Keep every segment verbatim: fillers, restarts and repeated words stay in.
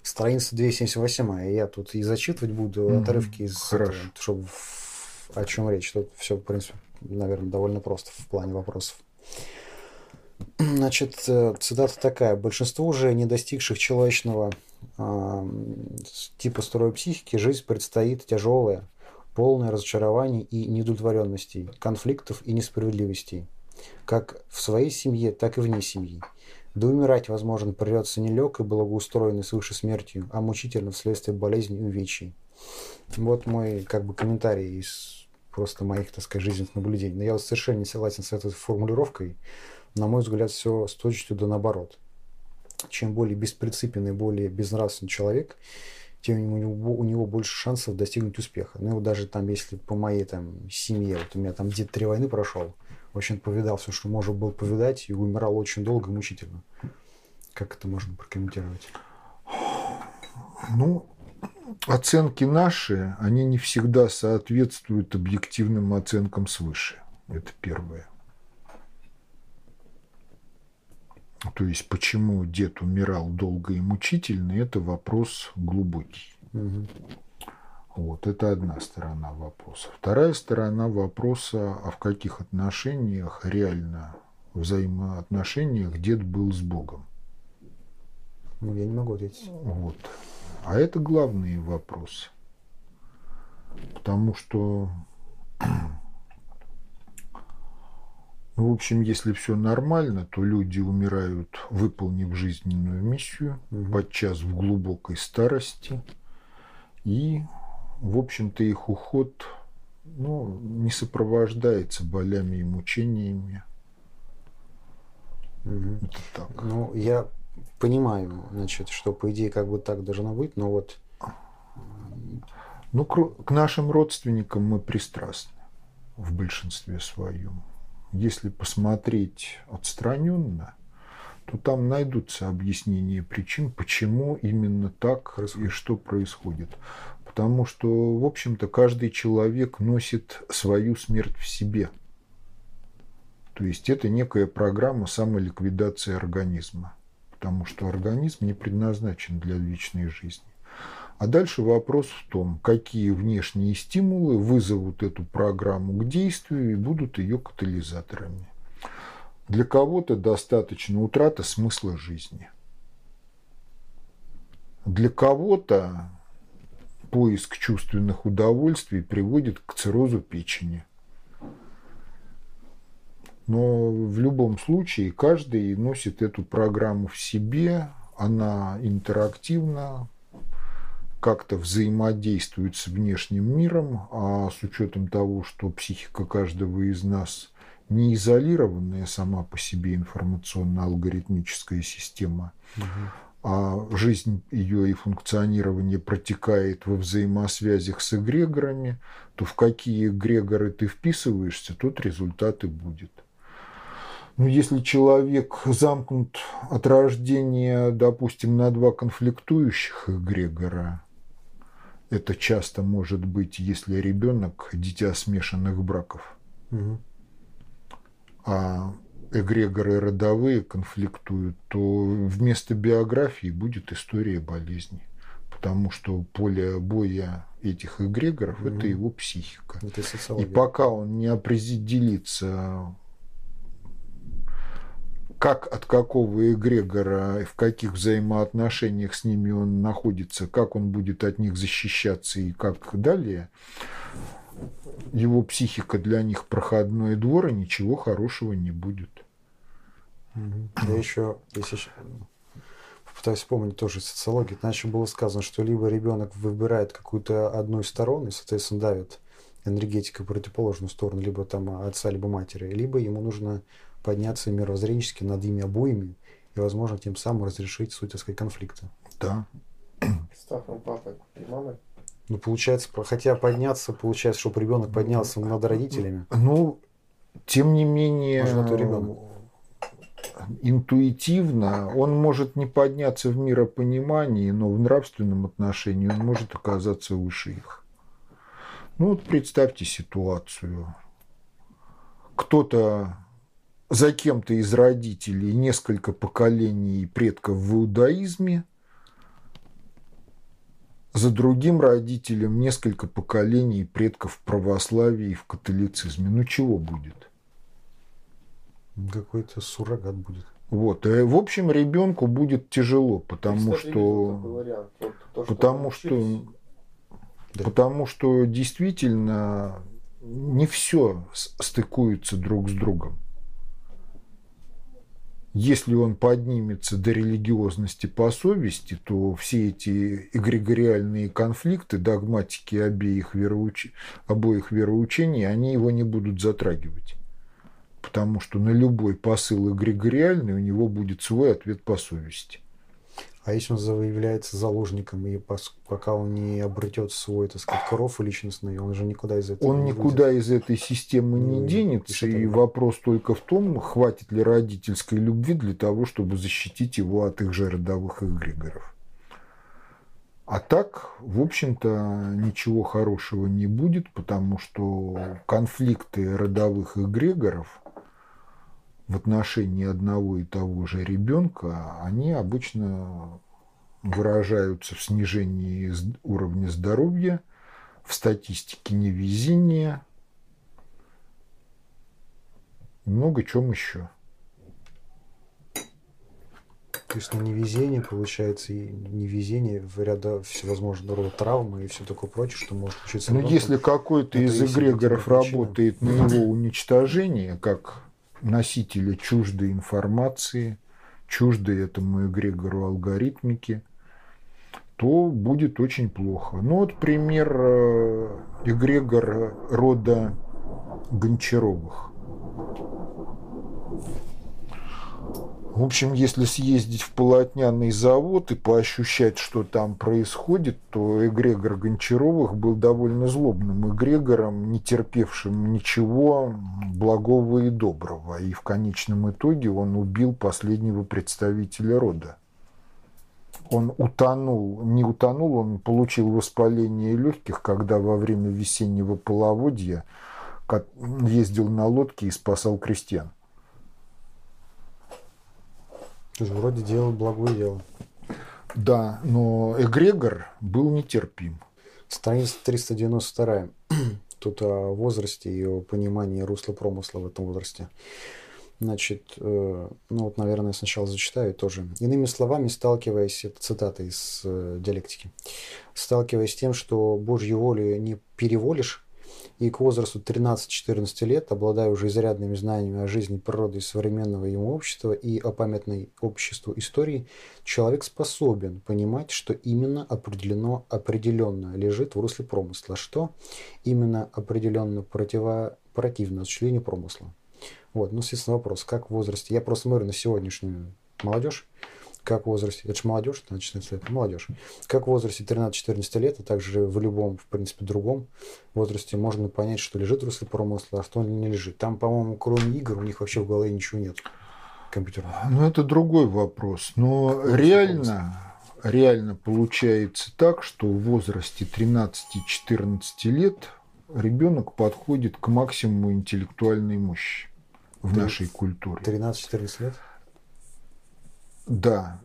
Страница двести семьдесят восемь. Я тут и зачитывать буду mm-hmm. отрывки из Хорошо. этого, чтобы о чем речь. Тут все, в принципе, наверное, довольно просто в плане вопросов. Значит, цитата такая. Большинству же не достигших человечного э, типа строя психики жизнь предстоит тяжелая, полная разочарований и неудовлетворенностей, конфликтов и несправедливостей, как в своей семье, так и вне семьи. Да умирать, возможно, придется не легкой, благоустроенной свыше смертью, а мучительно вследствие болезней и увечий. Вот мой как бы комментарий из просто моих, так сказать, жизненных наблюдений. Но я вот совершенно не согласен с этой формулировкой. На мой взгляд, все с точностью да наоборот. Чем более беспринципный, более безнравственный человек, тем у него, у него больше шансов достигнуть успеха. Ну и вот даже там, если по моей там семье, вот у меня там дед три войны прошел, в общем, повидал все, что можно было повидать, и умирал очень долго и мучительно. Как это можно прокомментировать? Ну, оценки наши, они не всегда соответствуют объективным оценкам свыше. Это первое. То есть, почему дед умирал долго и мучительно, это вопрос глубокий. Угу. Вот, это одна сторона вопроса. Вторая сторона вопроса, а в каких отношениях, реально взаимоотношениях дед был с Богом. Ну, я не могу ответить. Вот. А это главный вопрос. Потому что, ну, в общем, если все нормально, то люди умирают, выполнив жизненную миссию, угу. подчас в глубокой старости. И, в общем-то, их уход, ну, не сопровождается болями и мучениями. Угу. Это так. Ну, я понимаю, значит, что, по идее, как бы так должно быть, но вот... Ну, к нашим родственникам мы пристрастны в большинстве своем. Если посмотреть отстраненно, то там найдутся объяснения причин, почему именно так происходит. И что происходит. Потому что, в общем-то, каждый человек носит свою смерть в себе. То есть это некая программа самоликвидации организма. Потому что организм не предназначен для вечной жизни. А дальше вопрос в том, какие внешние стимулы вызовут эту программу к действию и будут ее катализаторами. Для кого-то достаточно утрата смысла жизни. Для кого-то поиск чувственных удовольствий приводит к циррозу печени. Но в любом случае каждый носит эту программу в себе, она интерактивна, как-то взаимодействует с внешним миром, а с учетом того, что психика каждого из нас не изолированная сама по себе информационно-алгоритмическая система, угу. а жизнь ее и функционирование протекает во взаимосвязях с эгрегорами, то в какие эгрегоры ты вписываешься, тот результат и будет. Но если человек замкнут от рождения, допустим, на два конфликтующих эгрегора, это часто может быть, если ребенок дитя смешанных браков, угу. а эгрегоры родовые конфликтуют, то вместо биографии будет история болезни. Потому что поле боя этих эгрегоров угу. – это его психика. Это и пока он не определится, как от какого эгрегора, в каких взаимоотношениях с ними он находится, как он будет от них защищаться и как далее, его психика для них проходной двор, и ничего хорошего не будет. Я еще, если пытаюсь вспомнить тоже социологию, иначе было сказано, что либо ребенок выбирает какую-то одну из сторон и, соответственно, давит энергетика в противоположную сторону, либо там отца, либо матери, либо ему нужно подняться мировоззренчески над ими обоими и, возможно, тем самым разрешить суть, так сказать, конфликта. Да. Стахом папой и мамой. Ну, получается, хотя подняться, получается, чтобы ребенок поднялся над родителями. Ну, тем не менее, ребенок. Интуитивно он может не подняться в миропонимании, но в нравственном отношении он может оказаться выше их. Ну, вот представьте ситуацию. Кто-то за кем-то из родителей несколько поколений предков в иудаизме, за другим родителем несколько поколений предков в православии и в католицизме. Ну чего будет? Какой-то суррогат будет. Вот. И, в общем, ребенку будет тяжело, потому Я, кстати, что... видел такой вариант. Вот то, что потому мы что... учились. Да. Потому что действительно не все стыкуется друг с другом. Если он поднимется до религиозности по совести, то все эти эгрегориальные конфликты, догматики обеих, вероуч... обоих вероучений, они его не будут затрагивать. Потому что на любой посыл эгрегориальный у него будет свой ответ по совести. А если он заявляется заложником, и пока он не обретет свой, так сказать, кров личностный, он же никуда из этого он не никуда выйдет. из этой системы не Ну, денется, и и вопрос только в том, хватит ли родительской любви для того, чтобы защитить его от их же родовых эгрегоров. А так, в общем-то, ничего хорошего не будет, потому что конфликты родовых эгрегоров в отношении одного и того же ребенка, они обычно выражаются в снижении уровня здоровья, в статистике невезения, много чем еще. То есть на невезение получается и невезение в ряда всевозможного рода травмы и все такое прочее, что может случиться. Но ребенку. если какой-то Это из есть эгрегоров объективная причина. работает на его уничтожение, как носителя чуждой информации, чуждой этому эгрегору алгоритмики, то будет очень плохо. Ну вот пример эгрегор рода Гончаровых. В общем, если съездить в полотняный завод и поощущать, что там происходит, то эгрегор Гончаровых был довольно злобным эгрегором, не терпевшим ничего благого и доброго. И в конечном итоге он убил последнего представителя рода. Он утонул, не утонул, он получил воспаление легких, когда во время весеннего половодья ездил на лодке и спасал крестьян. То есть вроде делал благое дело. Да, но эгрегор был нетерпим. Страница триста девяносто вторая. Тут о возрасте и о понимании русла промысла в этом возрасте. Значит, э, ну вот, наверное, сначала зачитаю тоже. Иными словами, сталкиваясь, это цитата из э, диалектики, сталкиваясь с тем, что Божью волю не переволишь, и к возрасту тринадцати-четырнадцати лет, обладая уже изрядными знаниями о жизни природы и современного ему общества и о памятной обществу истории, человек способен понимать, что именно определено, определенно лежит в русле промысла, что именно определенно противо, противно осуществлению промысла. Вот, ну, естественно, вопрос, как в возрасте, я просто смотрю на сегодняшнюю молодежь, как в возрасте, это же молодежь, тринадцать-четырнадцать лет, молодежь, как в возрасте тринадцати-четырнадцати лет, а также в любом, в принципе, другом возрасте можно понять, что лежит в русле промысла, а что не лежит. Там, по-моему, кроме игр, у них вообще в голове ничего нет компьютерного. Ну, это другой вопрос. Но реально, реально получается так, что в возрасте тринадцати-четырнадцати лет ребенок подходит к максимуму интеллектуальной мощи в нашей культуре. тринадцать-четырнадцать лет? Да.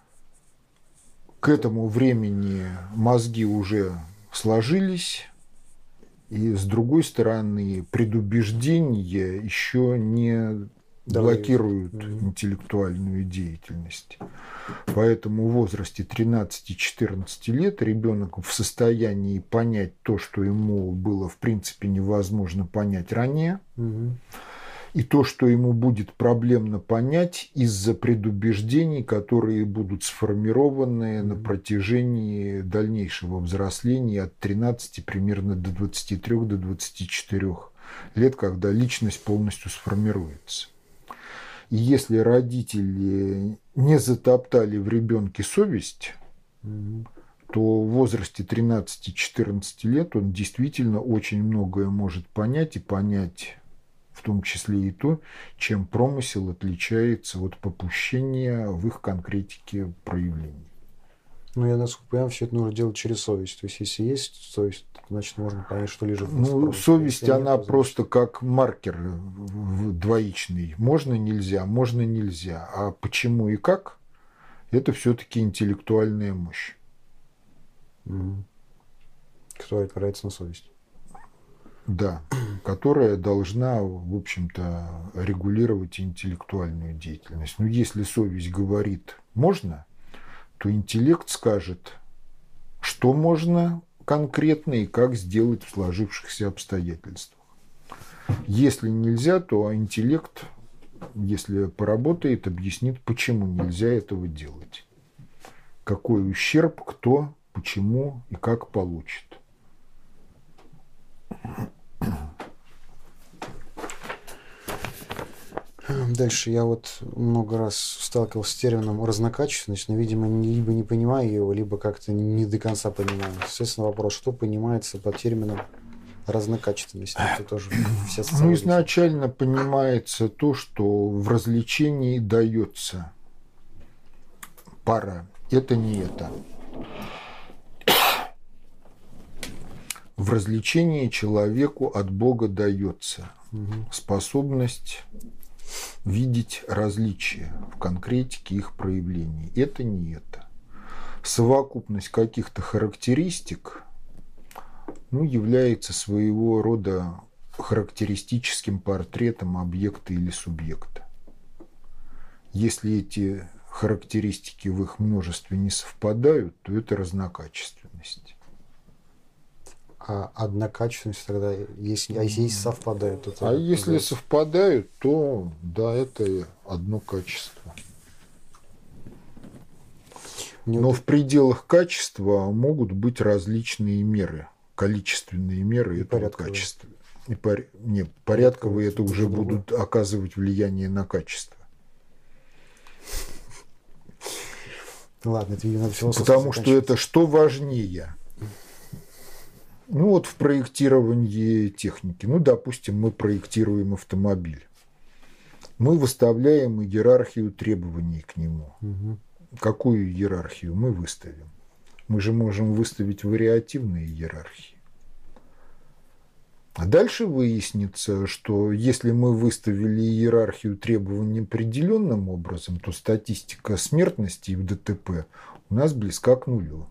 К этому времени мозги уже сложились, и, с другой стороны, предубеждения еще не Давай. блокируют Угу. интеллектуальную деятельность. Поэтому в возрасте тринадцати-четырнадцати лет ребенок в состоянии понять то, что ему было в принципе невозможно понять ранее, Угу. и то, что ему будет проблемно понять из-за предубеждений, которые будут сформированы на протяжении дальнейшего взросления от тринадцати примерно до двадцати трёх, до двадцати четырёх лет, когда личность полностью сформируется. И если родители не затоптали в ребенке совесть, Угу. то в возрасте тринадцати-четырнадцати лет он действительно очень многое может понять и понять, в том числе и то, чем промысел отличается от попущения в их конкретике проявлений. Ну, я, насколько понимаю, все это нужно делать через совесть. То есть, если есть совесть, значит, можно понять, что лежит в русле Ну, промысла. совесть, Если нет, она то значит- просто как маркер в- двоичный. Можно, нельзя, можно, нельзя. А почему и как, это все-таки интеллектуальная мощь. Угу. Которая отправится на совесть. Да, которая должна, в общем-то, регулировать интеллектуальную деятельность. Но если совесть говорит «можно», то интеллект скажет, что можно конкретно и как сделать в сложившихся обстоятельствах. Если нельзя, то интеллект, если поработает, объяснит, почему нельзя этого делать. Какой ущерб, кто, почему и как получит. Дальше я вот много раз сталкивался с термином разнокачественность, но, видимо, либо не понимаю его, либо как-то не до конца понимаю. Соответственно, вопрос, что понимается под термином разнокачественность? Это тоже вся ну, изначально понимается то, что в развлечении дается пара. Это не это. В развлечении человеку от Бога дается угу. способность видеть различия в конкретике их проявлений. Это не это. Совокупность каких-то характеристик ну, является своего рода характеристическим портретом объекта или субъекта. Если эти характеристики в их множестве не совпадают, то это разнокачественность. А однокачественность тогда, если, а если совпадают, то... А если называется... совпадают, то да, это одно качество. Мне Но вот... в пределах качества могут быть различные меры, количественные меры и этого качества. И пор... Нет, порядковые это, это уже будут другое. Оказывать влияние на качество. Ладно, это видно философски. Потому что это что важнее? Ну вот в проектировании техники. Ну, допустим, мы проектируем автомобиль. Мы выставляем иерархию требований к нему. Угу. Какую иерархию мы выставим? Мы же можем выставить вариативные иерархии. А дальше выяснится, что если мы выставили иерархию требований определенным образом, то статистика смертности в ДТП у нас близка к нулю.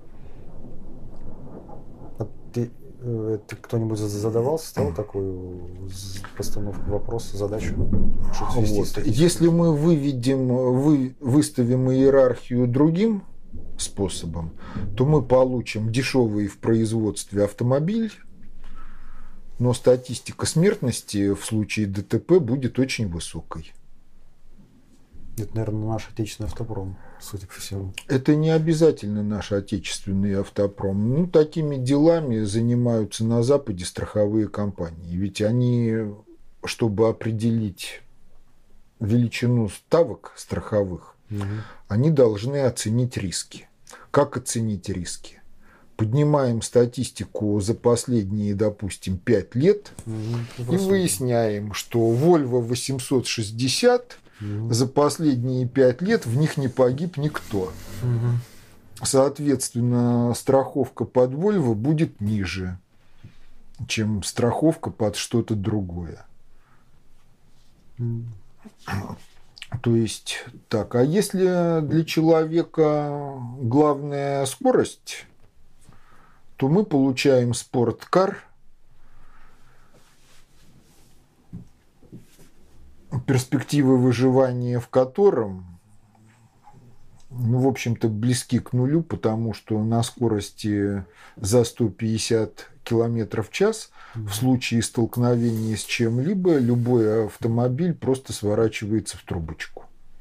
Ты, ты кто-нибудь задавался, ставил такую постановку вопроса, задачу? Вот. Если мы выведем, вы, выставим иерархию другим способом, то мы получим дешевый в производстве автомобиль, но статистика смертности в случае ДТП будет очень высокой. Это, наверное, наш отечественный автопром, судя по всему. Это не обязательно наш отечественный автопром. Ну, такими делами занимаются на Западе страховые компании. Ведь они, чтобы определить величину ставок страховых, угу. они должны оценить риски. Как оценить риски? Поднимаем статистику за последние, допустим, пять лет угу. и выясняем, что Volvo восемьсот шестьдесят угу. за последние пять лет в них не погиб никто. Угу. Соответственно, страховка под Volvo будет ниже, чем страховка под что-то другое. Угу. То есть, так, а если для человека главная скорость, то мы получаем спорткар, перспективы выживания в котором, ну, в общем-то, близки к нулю, потому что на скорости за сто пятьдесят километров в час в случае столкновения с чем-либо любой автомобиль просто сворачивается в трубочку.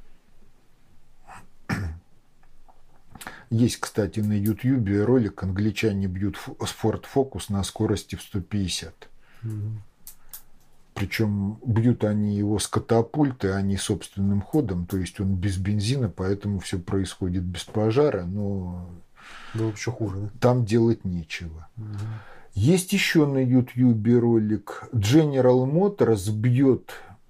Есть, кстати, на Ютьюбе ролик «Англичане бьют Ford Focus на скорости в сто пятьдесят». Mm-hmm. Причем бьют они его с катапульты, а не собственным ходом. То есть он без бензина, поэтому все происходит без пожара. Но было еще хуже, да? Там делать нечего. Mm-hmm. Есть еще на Ютьюбе ролик «General Motors бьет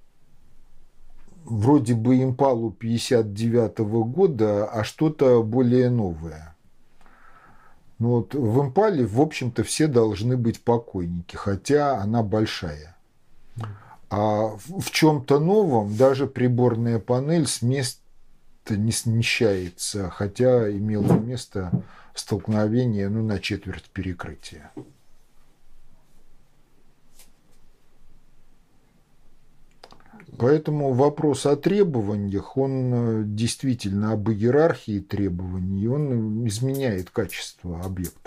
вроде бы импалу пятьдесят девятого года, а что-то более новое». Ну вот в импале, в общем-то, все должны быть покойники, хотя она большая. А в чем-то новом даже приборная панель с места не смещается, хотя имело место столкновение, ну, на четверть перекрытия. Поэтому вопрос о требованиях, он действительно об иерархии требований, он изменяет качество объектов.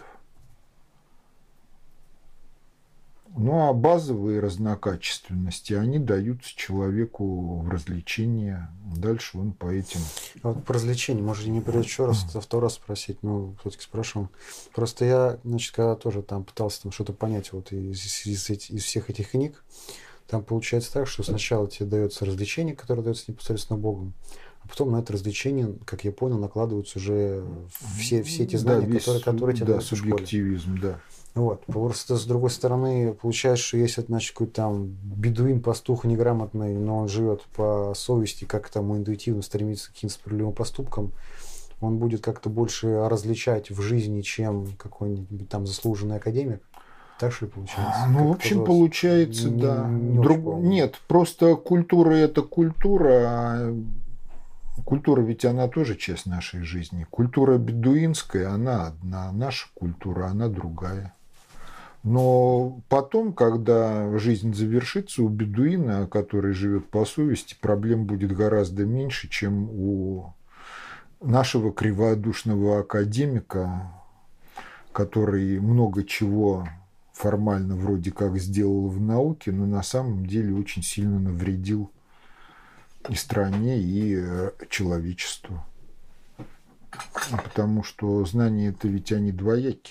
Ну а базовые разнокачественности, они даются человеку в развлечения. Дальше он по этим... А вот по развлечениям, может, не придет еще раз, второй раз спросить, но все-таки спрошу. Просто я, значит, когда тоже там пытался там что-то понять вот из, из, из, из всех этих книг, там получается так, что сначала тебе дается развлечение, которое дается непосредственно Богом, а потом на это развлечение, как я понял, накладываются уже все, все эти знания, да, весь, которые, которые тебе да, дают в школе. Субъективизм, да. Вот. Просто с другой стороны, получается, что если, значит, какой-то там бедуин, пастух неграмотный, но он живет по совести, как там интуитивно стремится к каким-то справедливым поступкам, он будет как-то больше различать в жизни, чем какой-нибудь там заслуженный академик. Так что ли получается? Ну, как в общем, получается, не, да. Не Друг... Нет, просто культура – это культура, а культура ведь она тоже часть нашей жизни. Культура бедуинская, она одна, наша культура, она другая. Но потом, когда жизнь завершится, у бедуина, который живет по совести, проблем будет гораздо меньше, чем у нашего криводушного академика, который много чего формально вроде как сделал в науке, но на самом деле очень сильно навредил и стране, и человечеству. Потому что знания это ведь они двояки.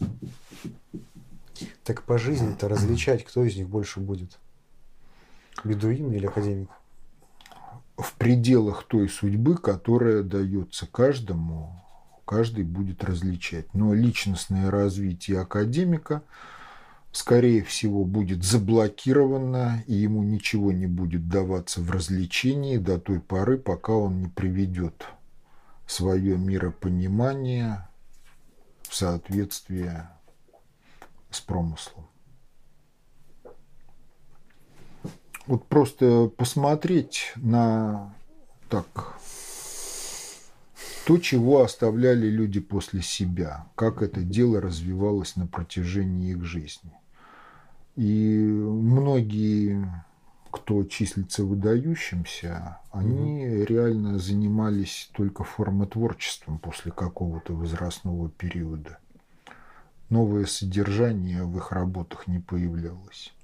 Так по жизни-то различать, кто из них больше будет? Бедуин или академик? В пределах той судьбы, которая дается каждому, каждый будет различать. Но личностное развитие академика, скорее всего, будет заблокировано, и ему ничего не будет даваться в развлечении до той поры, пока он не приведет свое миропонимание в соответствие с промыслом. Вот просто посмотреть на так, то, чего оставляли люди после себя, как это дело развивалось на протяжении их жизни. И многие, кто числится выдающимся, они угу. реально занимались только формотворчеством после какого-то возрастного периода. Новое содержание в их работах не появлялось.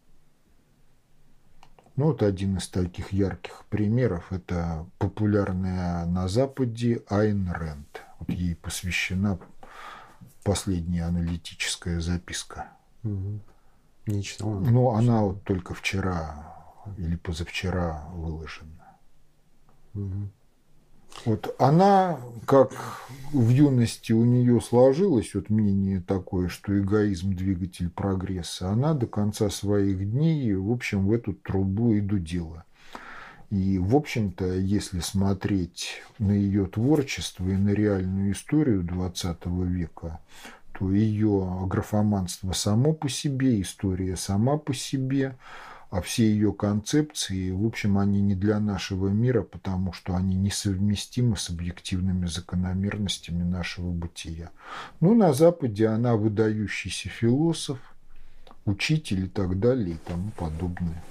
Ну, вот один из таких ярких примеров – это популярная на Западе Айн Рэнд. Вот ей посвящена последняя аналитическая записка. Угу. Не читал. Ну, она вот только вчера или позавчера выложена. Угу. Вот она, как в юности у нее сложилось вот мнение такое, что эгоизм – двигатель прогресса, она до конца своих дней, в общем, в эту трубу и дудела. И, в общем-то, если смотреть на ее творчество и на реальную историю двадцатого века, то ее графоманство само по себе, история сама по себе, а все ее концепции, в общем, они не для нашего мира, потому что они несовместимы с объективными закономерностями нашего бытия. Ну, на Западе она выдающийся философ, учитель и так далее и тому подобное.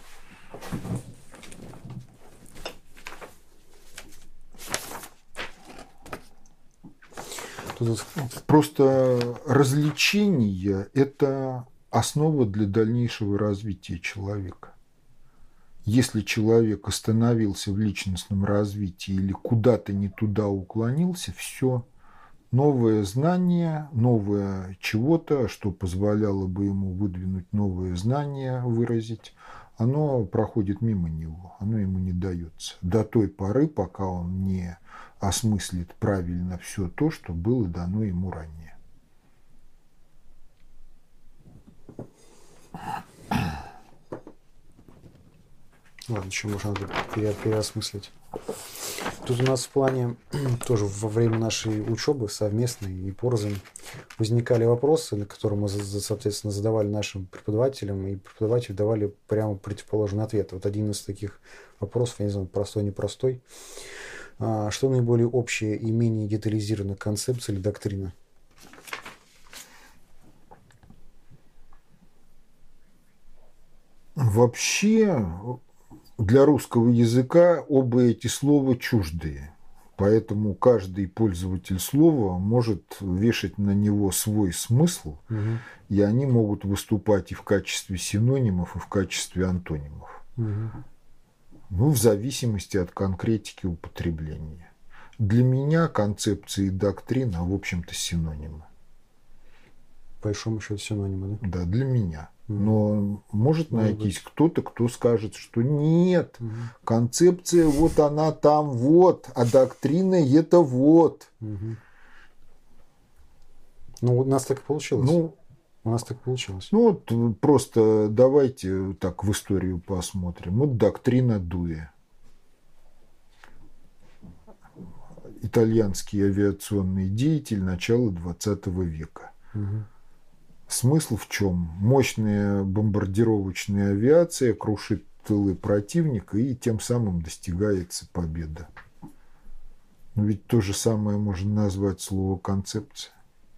Просто развлечение – это основа для дальнейшего развития человека. Если человек остановился в личностном развитии или куда-то не туда уклонился, все, новое знание, новое чего-то, что позволяло бы ему выдвинуть новое знание, выразить, оно проходит мимо него, оно ему не дается. До той поры, пока он не осмыслит правильно все то, что было дано ему ранее. Ладно, еще можно переосмыслить. Тут у нас в плане, тоже во время нашей учебы совместной и порознь возникали вопросы, на которые мы, соответственно, задавали нашим преподавателям, и преподаватели давали прямо противоположный ответ. Вот один из таких вопросов, я не знаю, простой, непростой. Что наиболее общее и менее детализированная концепция или доктрина? Вообще для русского языка оба эти слова чуждые. Поэтому каждый пользователь слова может вешать на него свой смысл, угу. и они могут выступать и в качестве синонимов, и в качестве антонимов. Угу. Ну, в зависимости от конкретики употребления. Для меня концепция и доктрина, в общем-то, синонимы. По большому счету синонимы, да? Да, для меня. Но может найтись кто-то, кто скажет, что нет, угу. концепция вот она там вот, а доктрина это вот. Угу. Ну, у нас так и получилось. Ну, у нас так получилось. Ну, вот просто давайте так в историю посмотрим. Вот доктрина Дуэ. Итальянский авиационный деятель начала двадцатого века. Угу. Смысл в чем? Мощная бомбардировочная авиация крушит тылы противника, и тем самым достигается победа. Но ведь то же самое можно назвать слово концепция.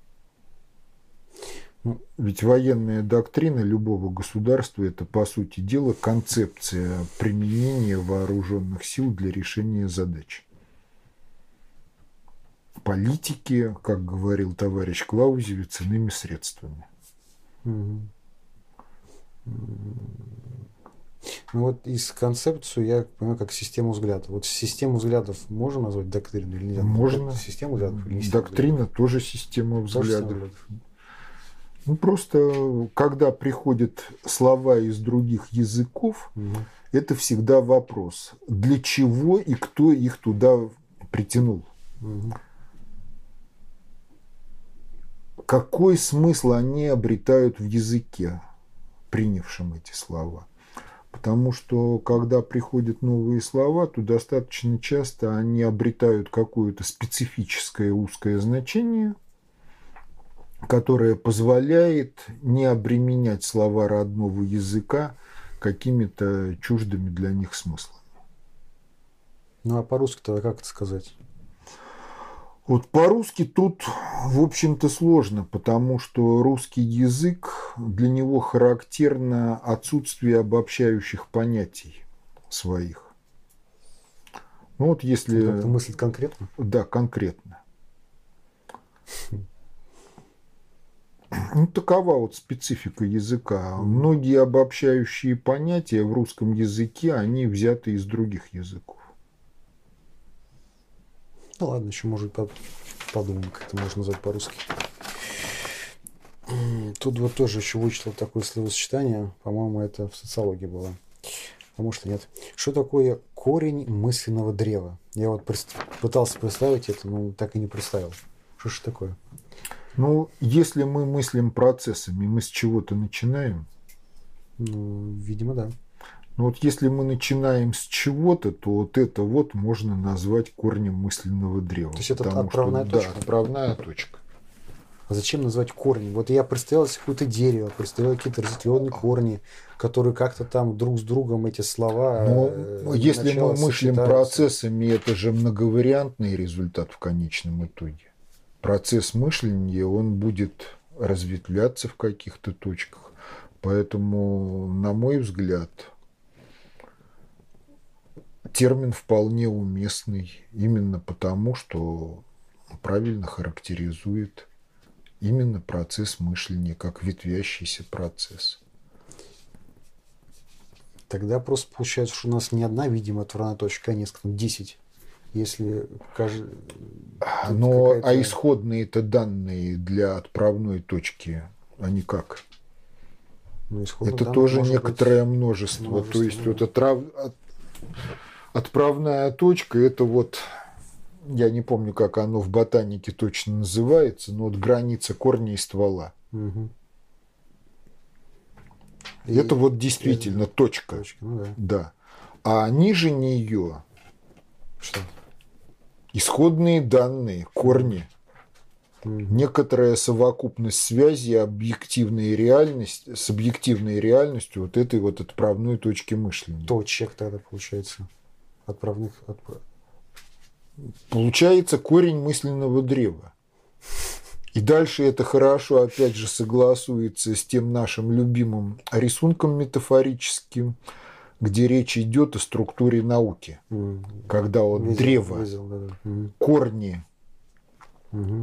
Ведь военная доктрина любого государства – это, по сути дела, концепция применения вооруженных сил для решения задач. Политики, как говорил товарищ Клаузевиц, иными средствами. Угу. Ну вот из концепцию я понимаю как систему взглядов. Вот систему взглядов можно назвать доктриной или нельзя? Можно. Систему взглядов или не Доктрина взглядов? тоже система взглядов. Тоже взглядов. Ну просто когда приходят слова из других языков, угу. это всегда вопрос, для чего и кто их туда притянул. Угу. Какой смысл они обретают в языке, принявшем эти слова? Потому что, когда приходят новые слова, то достаточно часто они обретают какое-то специфическое узкое значение, которое позволяет не обременять слова родного языка какими-то чуждыми для них смыслами. Ну а по-русски-то как это сказать? Вот по-русски тут, в общем-то, сложно, потому что русский язык, для него характерно отсутствие обобщающих понятий своих. Ну вот если... Как-то мыслить конкретно? Да, конкретно. Ну, такова вот специфика языка. Многие обобщающие понятия в русском языке, они взяты из других языков. Ну ладно, еще, может, подумаем, как это можно назвать по-русски. Тут вот тоже еще вычитал такое словосочетание, по-моему, это в социологии было. А может и нет. Что такое корень мысленного древа? Я вот пытался представить это, но так и не представил. Что же такое? Ну, если мы мыслим процессами, мы с чего-то начинаем? Ну, видимо, да. Но вот если мы начинаем с чего-то, то вот это вот можно назвать корнем мысленного древа. То есть это отправная что, точка? Да, отправная точка. А зачем назвать корень? Вот я представил себе какое-то дерево, представил какие-то разветвленные корни, которые как-то там друг с другом эти слова... Но если мы мыслим процессами, это же многовариантный результат в конечном итоге. Процесс мышления, он будет разветвляться в каких-то точках. Поэтому, на мой взгляд... термин вполне уместный именно потому, что правильно характеризует именно процесс мышления, как ветвящийся процесс. Тогда просто получается, что у нас не одна видимая отправная точка, а несколько, десять. Если каждый... Но, а исходные-то данные для отправной точки, они как? Ну, это тоже некоторое множество. множество. То есть, вот отрав... отправная точка, это вот, я не помню, как оно в ботанике точно называется, но вот граница корня и ствола. Угу. И это вот действительно и... точка. точка ну да. Да. А ниже нее что? Исходные данные, корни. Угу. Некоторая совокупность связи объективной реальности, с объективной реальностью вот этой вот отправной точки мышления. Точек тогда получается. Отправных отправ... Получается корень мысленного древа. И дальше это хорошо, опять же, согласуется с тем нашим любимым рисунком метафорическим, где речь идет о структуре науки. Mm. Когда вот видел, древо, видел, да, да. Mm. корни, mm-hmm.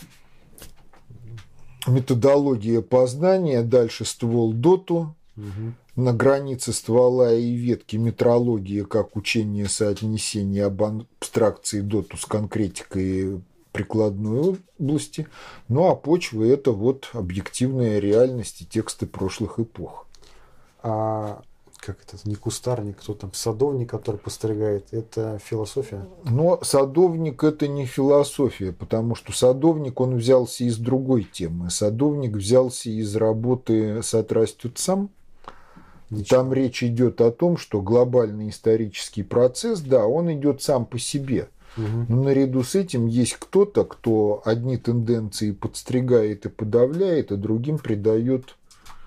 методология познания, дальше ствол доту, mm-hmm. на границе ствола и ветки метрология как учение соотнесения об абстракции доту с конкретикой прикладной области, ну а почва – это вот объективная реальность и тексты прошлых эпох. А как это, не кустарник, кто там, садовник, который постригает, это философия? Но садовник – это не философия, потому что садовник, он взялся из другой темы. Садовник взялся из работы «Сад растет сам». Ничего. Там речь идет о том, что глобальный исторический процесс, да, он идет сам по себе. Угу. Но наряду с этим есть кто-то, кто одни тенденции подстригает и подавляет, а другим придает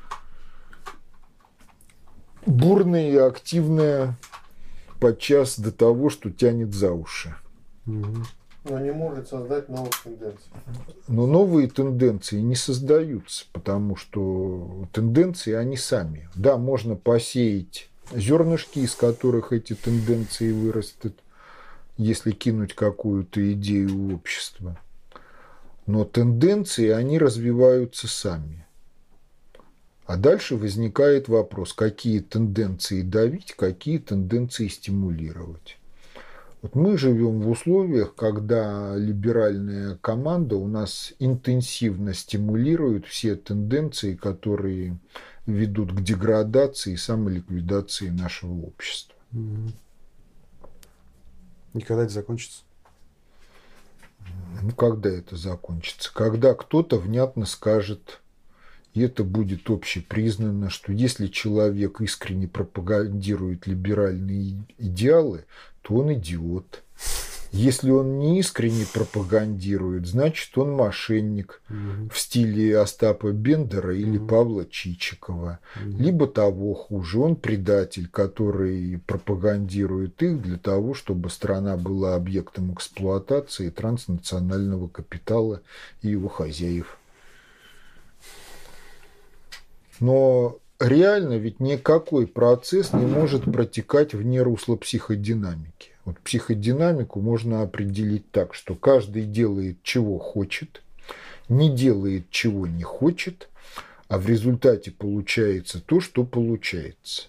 бурное и активное подчас до того, что тянет за уши. Угу. Но не может создать новых тенденций. Но новые тенденции не создаются, потому что тенденции, они сами. Да, можно посеять зернышки, из которых эти тенденции вырастут, если кинуть какую-то идею в общество. Но тенденции, они развиваются сами. А дальше возникает вопрос, какие тенденции давить, какие тенденции стимулировать. Вот мы живем в условиях, когда либеральная команда у нас интенсивно стимулирует все тенденции, которые ведут к деградации и самоликвидации нашего общества. И когда это закончится? Ну, когда это закончится? Когда кто-то внятно скажет, и это будет общепризнано, что если человек искренне пропагандирует либеральные идеалы, то он идиот. Если он не искренне пропагандирует, значит, он мошенник угу. в стиле Остапа Бендера или угу. Павла Чичикова. Угу. Либо того хуже, он предатель, который пропагандирует их для того, чтобы страна была объектом эксплуатации транснационального капитала и его хозяев. Но реально ведь никакой процесс не может протекать вне русла психодинамики. Вот психодинамику можно определить так, что каждый делает, чего хочет, не делает, чего не хочет, а в результате получается то, что получается.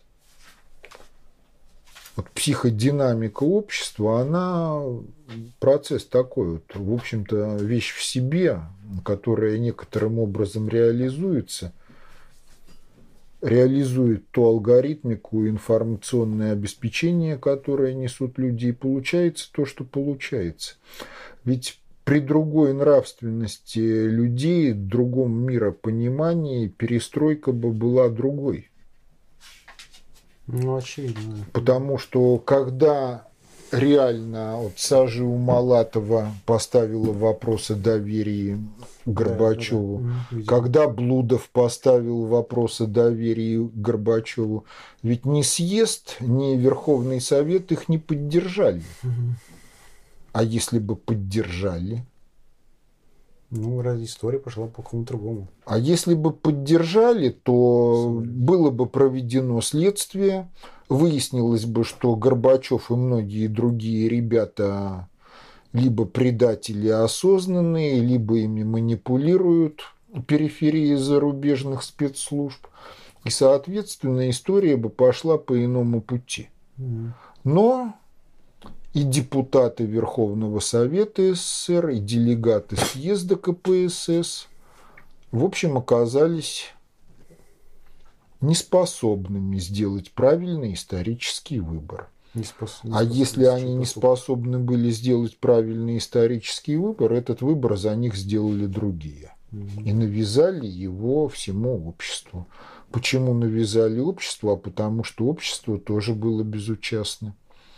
Вот психодинамика общества, она процесс такой, вот, в общем-то, вещь в себе, которая некоторым образом реализуется, реализует ту алгоритмику, информационное обеспечение, которое несут люди, и получается то, что получается. Ведь при другой нравственности людей, другом миропонимании перестройка бы была другой. Ну, очевидно. Потому что когда реально вот Сажа Умалатова поставила вопрос о доверии Горбачеву, да, да, да. Когда Блудов поставил вопрос о доверии Горбачеву, ведь ни съезд, ни Верховный Совет их не поддержали. Угу. А если бы поддержали? Ну, ради истории пошла по какому-то другому. А если бы поддержали, то было бы проведено следствие, выяснилось бы, что Горбачев и многие другие ребята либо предатели осознанные, либо ими манипулируют периферии зарубежных спецслужб. И, соответственно, история бы пошла по иному пути. Но и депутаты Верховного Совета СССР, и делегаты съезда ка пэ эс эс, в общем, оказались неспособными сделать правильный исторический выбор. Не спос... не а если они не способны были сделать правильный исторический выбор, этот выбор за них сделали другие. Угу. И навязали его всему обществу. Почему навязали обществу? А потому что общество тоже было безучастно.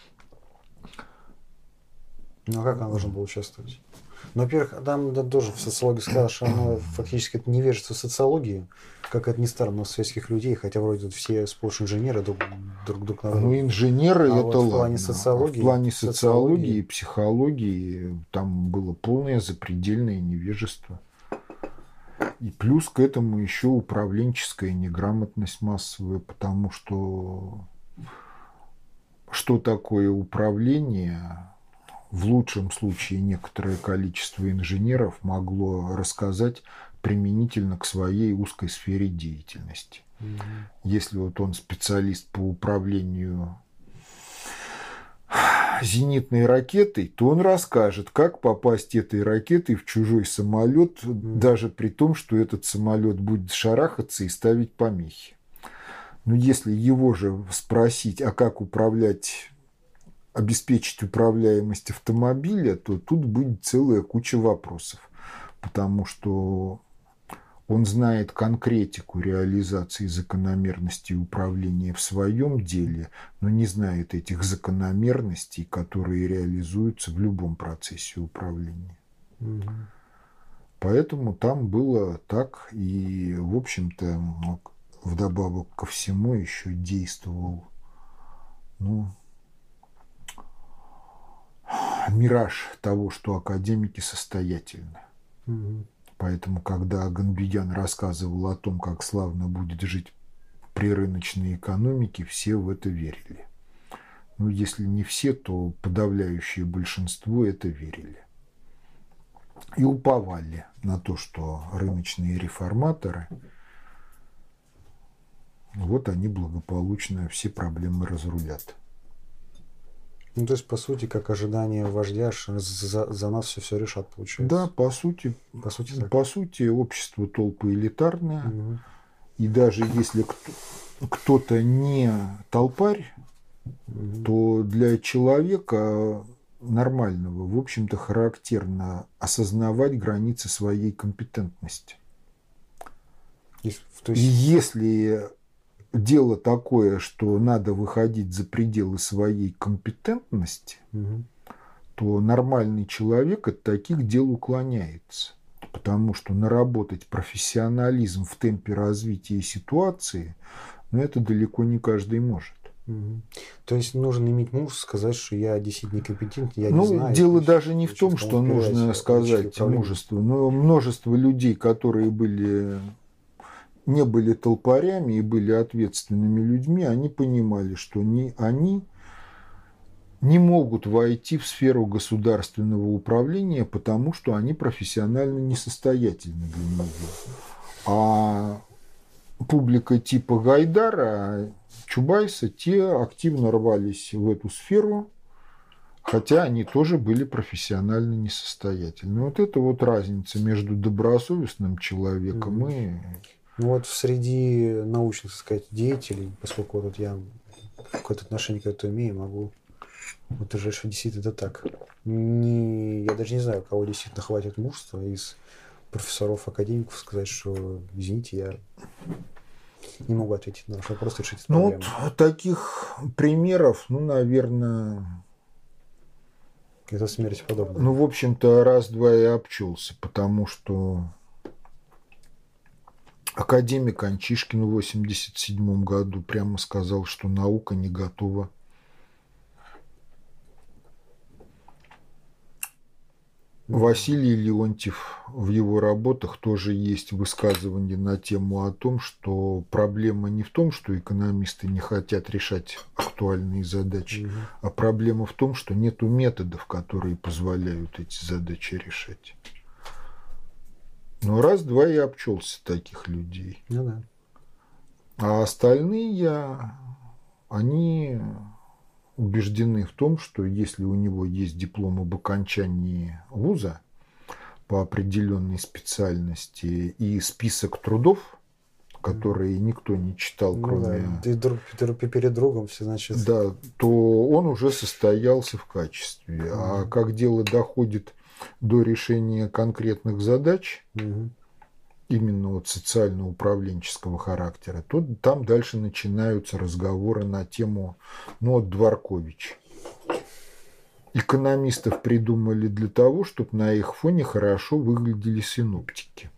Ну а как оно должно было участвовать? Ну, во-первых, там да, тоже в социологии сказано, что оно фактически это невежество социологии, как это ни странно у советских людей, хотя вроде тут все сплошь инженеры друг друг, друг на друга. Ну, инженеры а это вот ладно. В плане социологии, а в плане социологии и психологии там было полное запредельное невежество. И плюс к этому еще управленческая неграмотность массовая, потому что что такое управление, в лучшем случае некоторое количество инженеров могло рассказать применительно к своей узкой сфере деятельности. Mm-hmm. Если вот он специалист по управлению зенитной ракетой, то он расскажет, как попасть этой ракетой в чужой самолет, mm-hmm. даже при том, что этот самолет будет шарахаться и ставить помехи. Но если его же спросить, а как управлять, обеспечить управляемость автомобиля, то тут будет целая куча вопросов, потому что он знает конкретику реализации закономерностей управления в своем деле, но не знает этих закономерностей, которые реализуются в любом процессе управления. Угу. Поэтому там было так, и, в общем-то, вдобавок ко всему еще действовал, ну, мираж того, что академики состоятельны. Угу. Поэтому, когда Ганбиян рассказывал о том, как славно будет жить при рыночной экономике, все в это верили. Ну, если не все, то подавляющее большинство это верили. И уповали на то, что рыночные реформаторы, вот они благополучно все проблемы разрулят. Ну, то есть, по сути, как ожидание вождя, за, за нас все, все решат, получается. Да, по сути, по сути, по сути общество толпы элитарное. Угу. И даже если кто-то не толпарь, угу. то для человека нормального, в общем-то, характерно осознавать границы своей компетентности. И, то есть... И если... дело такое, что надо выходить за пределы своей компетентности, угу. то нормальный человек от таких дел уклоняется. Потому что наработать профессионализм в темпе развития ситуации, ну, это далеко не каждый может. Угу. То есть нужно иметь мужество сказать, что я действительно некомпетентен, я ну, не знаю. Дело есть, даже не в том, что нужно сказать мужество, но множество людей, которые были... не были толпарями и были ответственными людьми, они понимали, что не, они не могут войти в сферу государственного управления, потому что они профессионально несостоятельны для него. А публика типа Гайдара, Чубайса, те активно рвались в эту сферу, хотя они тоже были профессионально несостоятельны. Вот это вот разница между добросовестным человеком mm-hmm. и... Ну вот среди научных, так сказать, деятелей, поскольку вот я какое-то отношение к этому имею, могу утверждать, что действительно это так. Не, я даже не знаю, кого действительно хватит мужества из профессоров, академиков сказать, что, извините, я не могу ответить на ваш вопрос, решить эту ну, проблему. Вот таких примеров, ну, наверное... Это смерть подобная. Ну, в общем-то, раз-два и обчелся, потому что... Академик Анчишкин в восемьдесят седьмом году прямо сказал, что наука не готова. Василий Леонтьев в его работах тоже есть высказывание на тему о том, что проблема не в том, что экономисты не хотят решать актуальные задачи, угу. а проблема в том, что нету методов, которые позволяют эти задачи решать. Но раз-два и обчелся таких людей. Ну да. А остальные, они убеждены в том, что если у него есть диплом об окончании вуза по определенной специальности и список трудов, которые никто не читал, ну, кроме... Да. И друг, перед другом все, значит... Да, то он уже состоялся в качестве. Mm-hmm. А как дело доходит до решения конкретных задач, угу. именно вот социально-управленческого характера, то там дальше начинаются разговоры на тему, ну вот Дворкович. Экономистов придумали для того, чтобы на их фоне хорошо выглядели синоптики.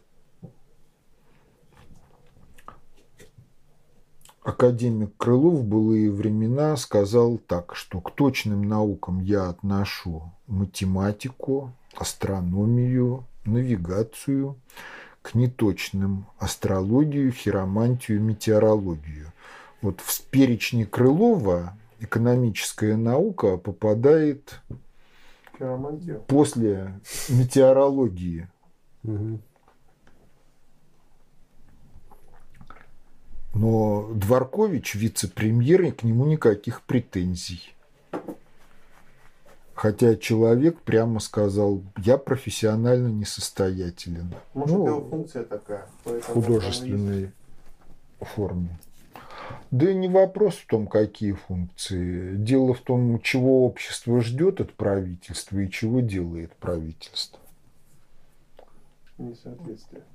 Академик Крылов в былые времена сказал так, что к точным наукам я отношу математику, астрономию, навигацию, к неточным – астрологию, хиромантию, метеорологию. Вот в перечне Крылова экономическая наука попадает Хиромантия. после метеорологии. Угу. Но Дворкович, вице-премьер, и к нему никаких претензий. Хотя человек прямо сказал, я профессионально несостоятелен. Может, Ну, его функция такая. в поэтому художественной форме. Да и не вопрос в том, какие функции. Дело в том, чего общество ждет от правительства и чего делает правительство. там есть несоответствие.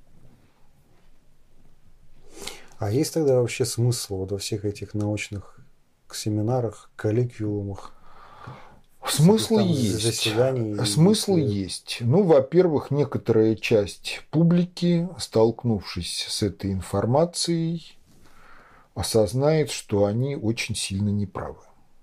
А есть тогда вообще смысл вот во всех этих научных семинарах, коллоквиумах? Смысл Там есть. заседаний, Смысл если- есть. Ну, во-первых, некоторая часть публики, столкнувшись с этой информацией, осознает, что они очень сильно неправы.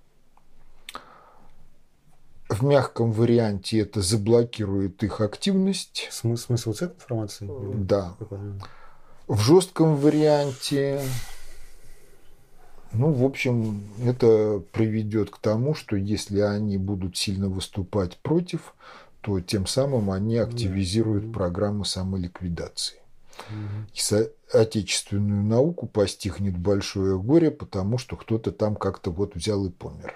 В мягком варианте это заблокирует их активность. Смы- Смысл вот с этой информации? Или Да. какой? В жестком варианте, ну, в общем, это приведет к тому, что если они будут сильно выступать против, то тем самым они активизируют Мгм. программы самоликвидации. Мгм. И со- отечественную науку постигнет большое горе, потому что кто-то там как-то вот взял и помер.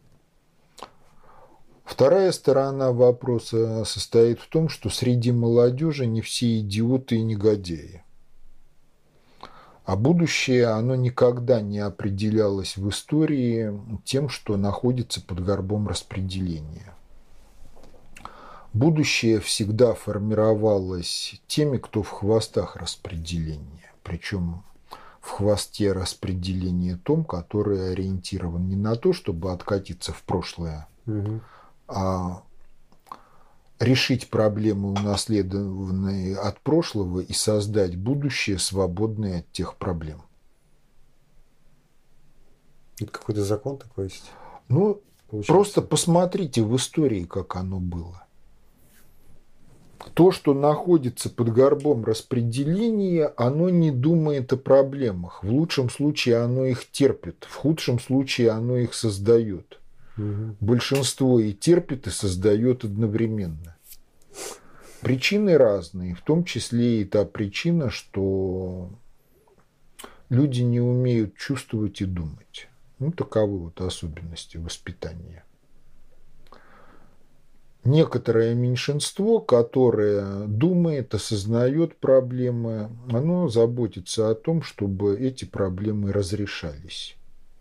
Вторая сторона вопроса состоит в том, что среди молодежи не все идиоты и негодяи. А будущее, оно никогда не определялось в истории тем, что находится под горбом распределения. Будущее всегда формировалось теми, кто в хвостах распределения. Причем в хвосте распределения том, который ориентирован не на то, чтобы откатиться в прошлое, Мгм. а решить проблемы, унаследованные от прошлого, и создать будущее, свободное от тех проблем. Это какой-то закон такой есть? Ну, Получается. просто посмотрите в истории, как оно было. То, что находится под горбом распределения, оно не думает о проблемах. В лучшем случае оно их терпит, в худшем случае оно их создает. Мгм. Большинство и терпит, и создает одновременно. Причины разные, в том числе и та причина, что люди не умеют чувствовать и думать. Ну, таковы вот особенности воспитания. Некоторое меньшинство, которое думает, осознает проблемы, оно заботится о том, чтобы эти проблемы разрешались.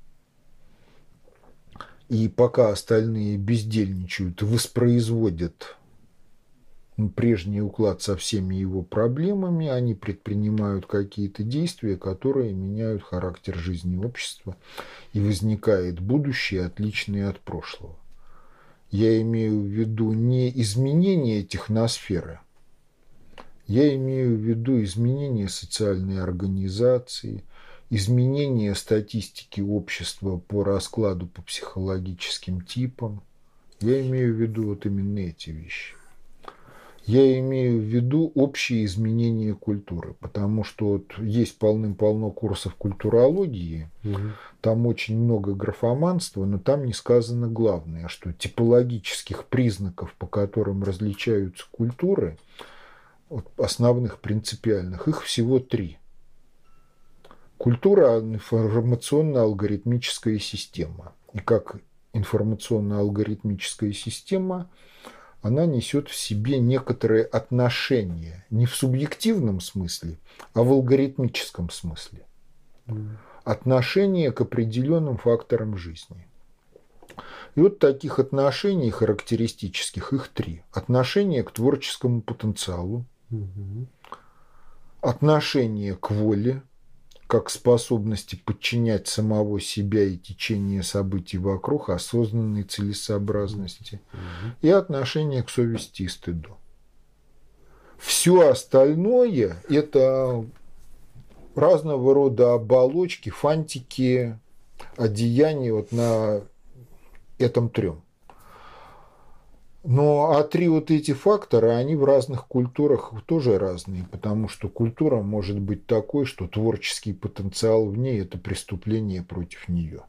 И пока остальные бездельничают и воспроизводят прежний уклад со всеми его проблемами, они предпринимают какие-то действия, которые меняют характер жизни общества, и возникает будущее, отличное от прошлого. Я имею в виду не изменение техносферы, я имею в виду изменение социальной организации, изменение статистики общества по раскладу по психологическим типам. Я имею в виду вот именно эти вещи. Я имею в виду общие изменения культуры, потому что вот есть полным-полно курсов культурологии, Мгм. там очень много графоманства, но там не сказано главное, что типологических признаков, по которым различаются культуры, вот основных принципиальных, их всего три. Культура – информационно-алгоритмическая система. И как информационно-алгоритмическая система, она несет в себе некоторые отношения, не в субъективном смысле, а в алгоритмическом смысле. Мгм. Отношение к определенным факторам жизни. И вот таких отношений характеристических, их три. Отношение к творческому потенциалу, Мгм. отношение к воле, как способности подчинять самого себя и течение событий вокруг осознанной целесообразности, Мгм. и отношение к совести и стыду. Все остальное – это разного рода оболочки, фантики, одеяния вот на этом трем. Но а три вот эти фактора, они в разных культурах тоже разные, потому что культура может быть такой, что творческий потенциал в ней – это преступление против нее.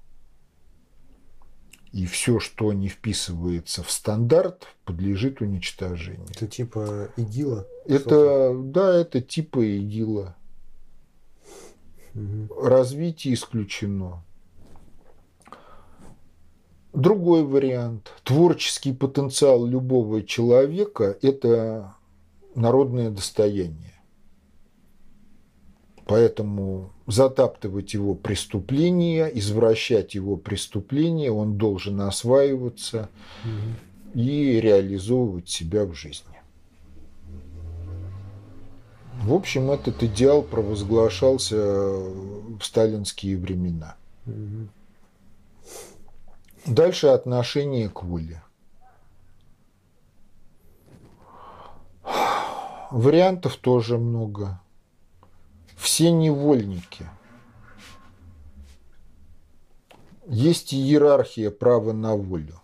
И все, что не вписывается в стандарт, подлежит уничтожению. Это типа ИГИЛа? Это, да, это типа ИГИЛа. Угу. Развитие исключено. Другой вариант. Творческий потенциал любого человека – это народное достояние. Поэтому затаптывать его преступления, извращать его преступления, он должен осваиваться угу. и реализовывать себя в жизни. В общем, этот идеал провозглашался в сталинские времена. Угу. Дальше отношение к воле. Вариантов тоже много. Все невольники. Есть иерархия права на волю.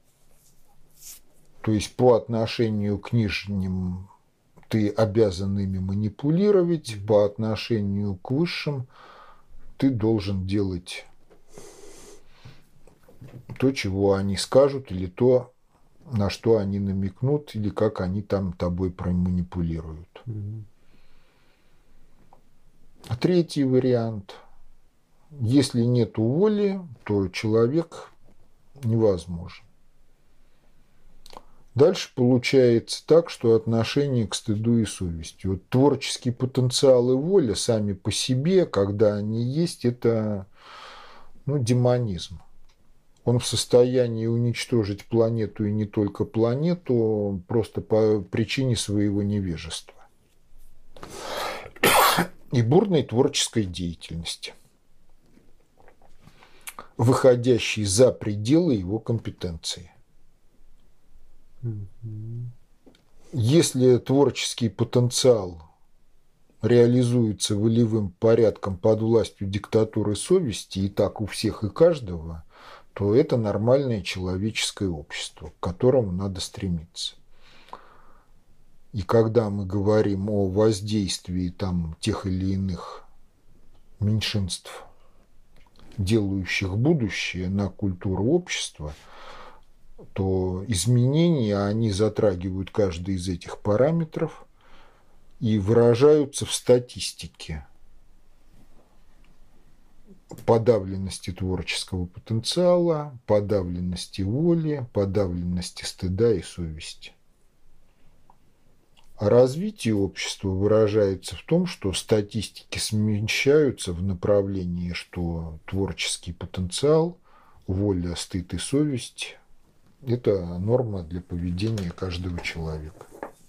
То есть по отношению к нижним ты обязан ими манипулировать, mm-hmm. по отношению к высшим ты должен делать то, чего они скажут, или то, на что они намекнут, или как они там тобой проманипулируют. Mm-hmm. А третий вариант. Если нет воли, то человек невозможен. Дальше получается так, что отношение к стыду и совести. Вот творческий потенциал и воля сами по себе, когда они есть, это ну, демонизм. Он в состоянии уничтожить планету и не только планету, просто по причине своего невежества и бурной творческой деятельности, выходящей за пределы его компетенции. Если творческий потенциал реализуется волевым порядком под властью диктатуры совести, и так у всех и каждого, то это нормальное человеческое общество, к которому надо стремиться. И когда мы говорим о воздействии там, тех или иных меньшинств, делающих будущее на культуру общества, то изменения, они затрагивают каждый из этих параметров и выражаются в статистике подавленности творческого потенциала, подавленности воли, подавленности стыда и совести. А развитие общества выражается в том, что статистики смещаются в направлении, что творческий потенциал, воля, стыд и совесть – это норма для поведения каждого человека.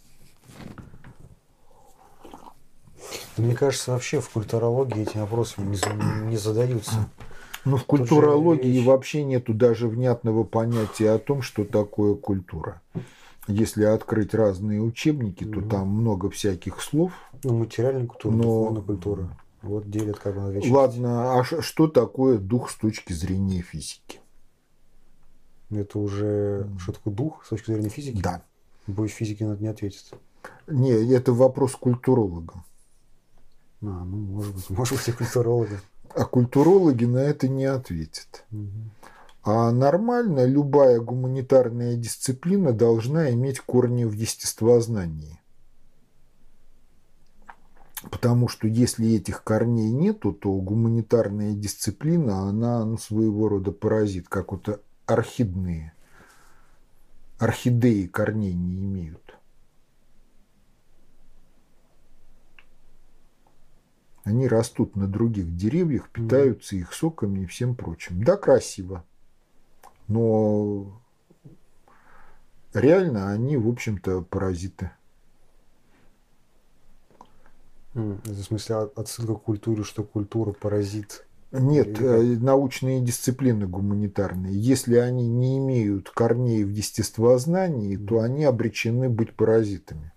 Мне кажется, вообще в культурологии эти вопросы не, не задаются. Ну, в культурологии вообще нету даже внятного понятия о том, что такое культура. Если открыть разные учебники, то угу. там много всяких слов. Ну, материальная культура, но... духовная культура. Вот делят как бы на вещи. Ладно, а что такое дух с точки зрения физики? Это уже что такое дух с точки зрения физики? Да. Бой физики на это не ответит. Не, это вопрос к культурологам. А, ну, может быть, может быть, и культурологи. А культурологи на это не ответят. Угу. А нормально любая гуманитарная дисциплина должна иметь корни в естествознании. Потому что если этих корней нету, то гуманитарная дисциплина, она ну, своего рода паразит, как вот орхидные. Орхидеи корней не имеют. Они растут на других деревьях, питаются их соками и всем прочим. Да, красиво. Но реально они, в общем-то, паразиты. Это в смысле отсылка к культуре, что культура паразит? Нет, научные дисциплины гуманитарные. Если они не имеют корней в естествознании, mm. то они обречены быть паразитами.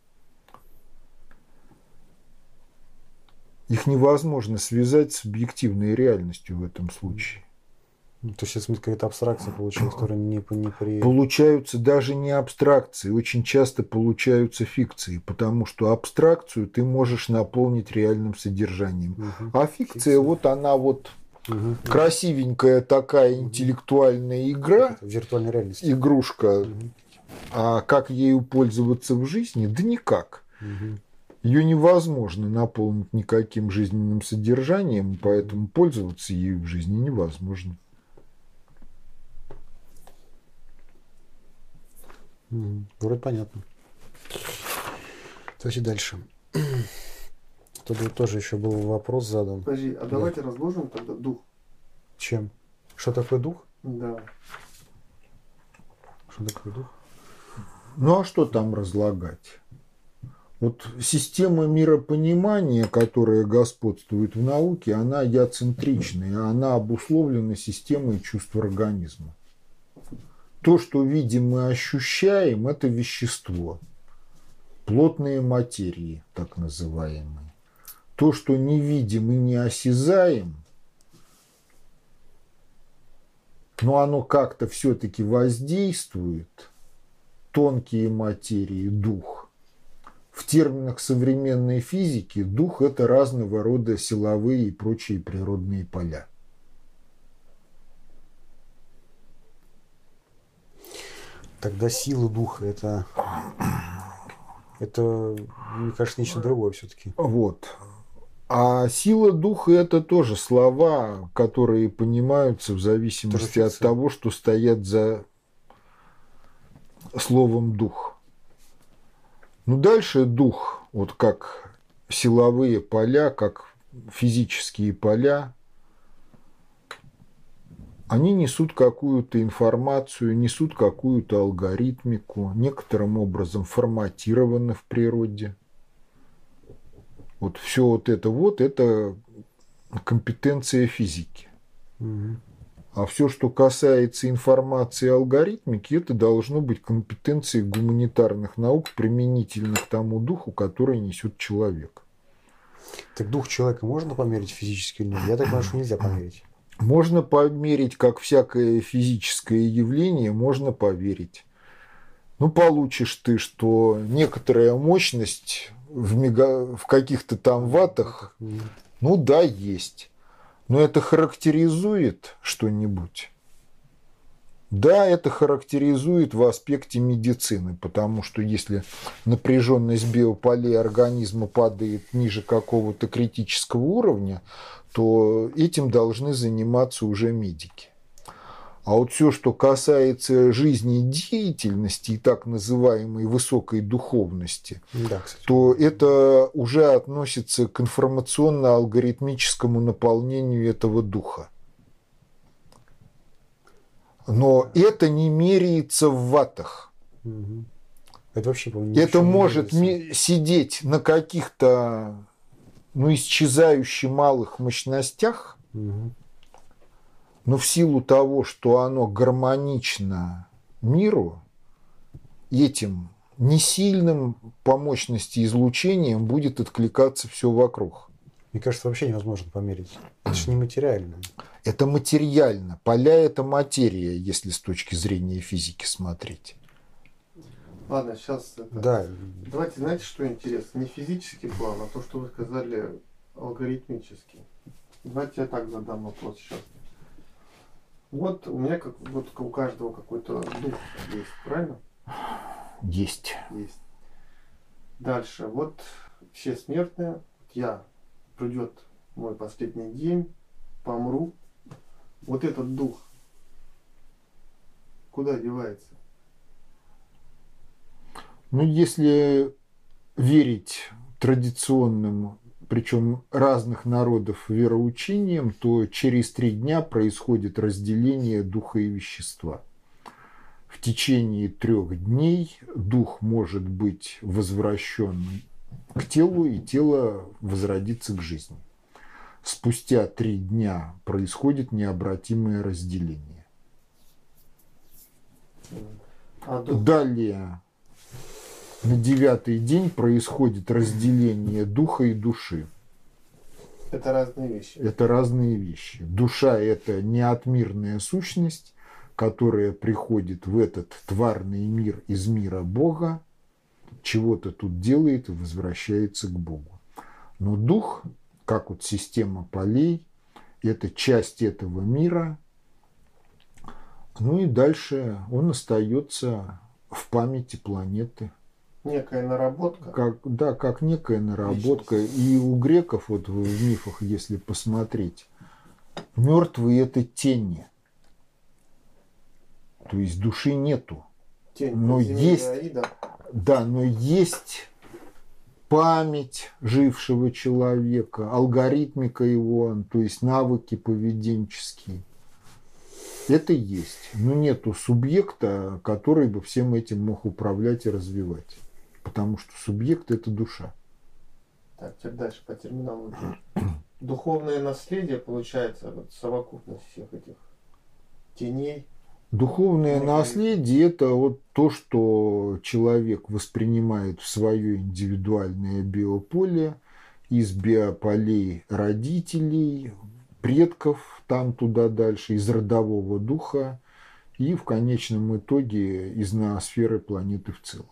Их невозможно связать с объективной реальностью в этом случае. Ну, то есть это какая-то абстракция получилась, которая не, по- не при... Получаются даже не абстракции, очень часто получаются фикции, потому что абстракцию ты можешь наполнить реальным содержанием. Мгм. А фикция, Фикция. вот она вот Мгм. красивенькая такая интеллектуальная игра, Это в виртуальной реальности. игрушка, Мгм. а как ею пользоваться в жизни? Да никак. Мгм. Ее невозможно наполнить никаким жизненным содержанием, поэтому пользоваться ею в жизни невозможно. Мгм. Вроде понятно. Давайте дальше. Тут вот тоже еще был вопрос задан. Подожди, а давайте разложим тогда дух. Чем? Что такое дух? Да. Что такое дух? Ну а что там разлагать? Вот система миропонимания, которая господствует в науке, она яцентричная, она обусловлена системой чувств организма. То, что видим и ощущаем, это вещество, плотные материи, так называемые. То, что не видим и не осязаем, но оно как-то все-таки воздействует, тонкие материи, дух. В терминах современной физики дух – это разного рода силовые и прочие природные поля. Тогда сила духа это, это, мне кажется, нечто другое все-таки. Вот. А сила духа – это тоже слова, которые понимаются в зависимости Тоже от фикция. того, что стоят за словом «дух». Ну, дальше дух, вот как силовые поля, как физические поля, они несут какую-то информацию, несут какую-то алгоритмику, некоторым образом форматированы в природе. Вот все вот это вот, это компетенция физики. Угу. А все, что касается информации и алгоритмики, это должно быть компетенцией гуманитарных наук, применительно к тому духу, который несет человек. Так дух человека можно померить физически или нет? Я так понимаю, что нельзя померить. Можно померить, как всякое физическое явление, можно поверить. Ну, получишь ты, что некоторая мощность в, мега... в каких-то там ваттах, Мгм. ну да, есть. Но это характеризует что-нибудь? Да, это характеризует в аспекте медицины, потому что если напряженность биополей организма падает ниже какого-то критического уровня, то этим должны заниматься уже медики. А вот все, что касается жизнедеятельности и так называемой высокой духовности, Да, кстати. то это уже относится к информационно-алгоритмическому наполнению этого духа. Но это не меряется в ваттах. Мгм. Это вообще, по-моему, Это ничего не может меряется. ми- сидеть на каких-то ну, исчезающе малых мощностях, Мгм. но в силу того, что оно гармонично миру, этим несильным по мощности излучением будет откликаться все вокруг. Мне кажется, вообще невозможно померить. Это же нематериально. Это материально. Поля – это материя, если с точки зрения физики смотреть. Ладно, сейчас это... Да, Давайте, знаете, что интересно? Не физический план, а то, что вы сказали, алгоритмический. Давайте я так задам вопрос сейчас. Вот у меня, как вот у каждого какой-то дух есть, правильно? Есть. Есть. Дальше. Вот все смертные. Вот я, придет мой последний день, помру. Вот этот дух куда девается? Ну, если верить традиционным, причем разных народов, вероучениям, то через три дня происходит разделение духа и вещества. В течение трех дней дух может быть возвращен к телу, и тело возродится к жизни. Спустя три дня происходит необратимое разделение. А дух? Далее, на девятый день происходит разделение духа и души. Это разные вещи. Это разные вещи. Душа – это неотмирная сущность, которая приходит в этот тварный мир из мира Бога, чего-то тут делает и возвращается к Богу. Но дух, как вот система полей, это часть этого мира. Ну и дальше он остается в памяти планеты. Некая наработка. Как, да, как некая наработка. Личность. И у греков, вот в мифах, если посмотреть, мертвые – это тени. То есть души нету. Тень, но есть, Аида. да, но есть память жившего человека, алгоритмика его, то есть навыки поведенческие. Это есть. Но нету субъекта, который бы всем этим мог управлять и развивать. Потому что субъект – это душа. Так, теперь дальше по терминологии. Духовное наследие, получается, вот совокупность всех этих теней. Духовное наследие – это вот то, что человек воспринимает в свое индивидуальное биополе из биополей родителей, предков, там туда дальше, из родового духа и в конечном итоге из ноосферы планеты в целом.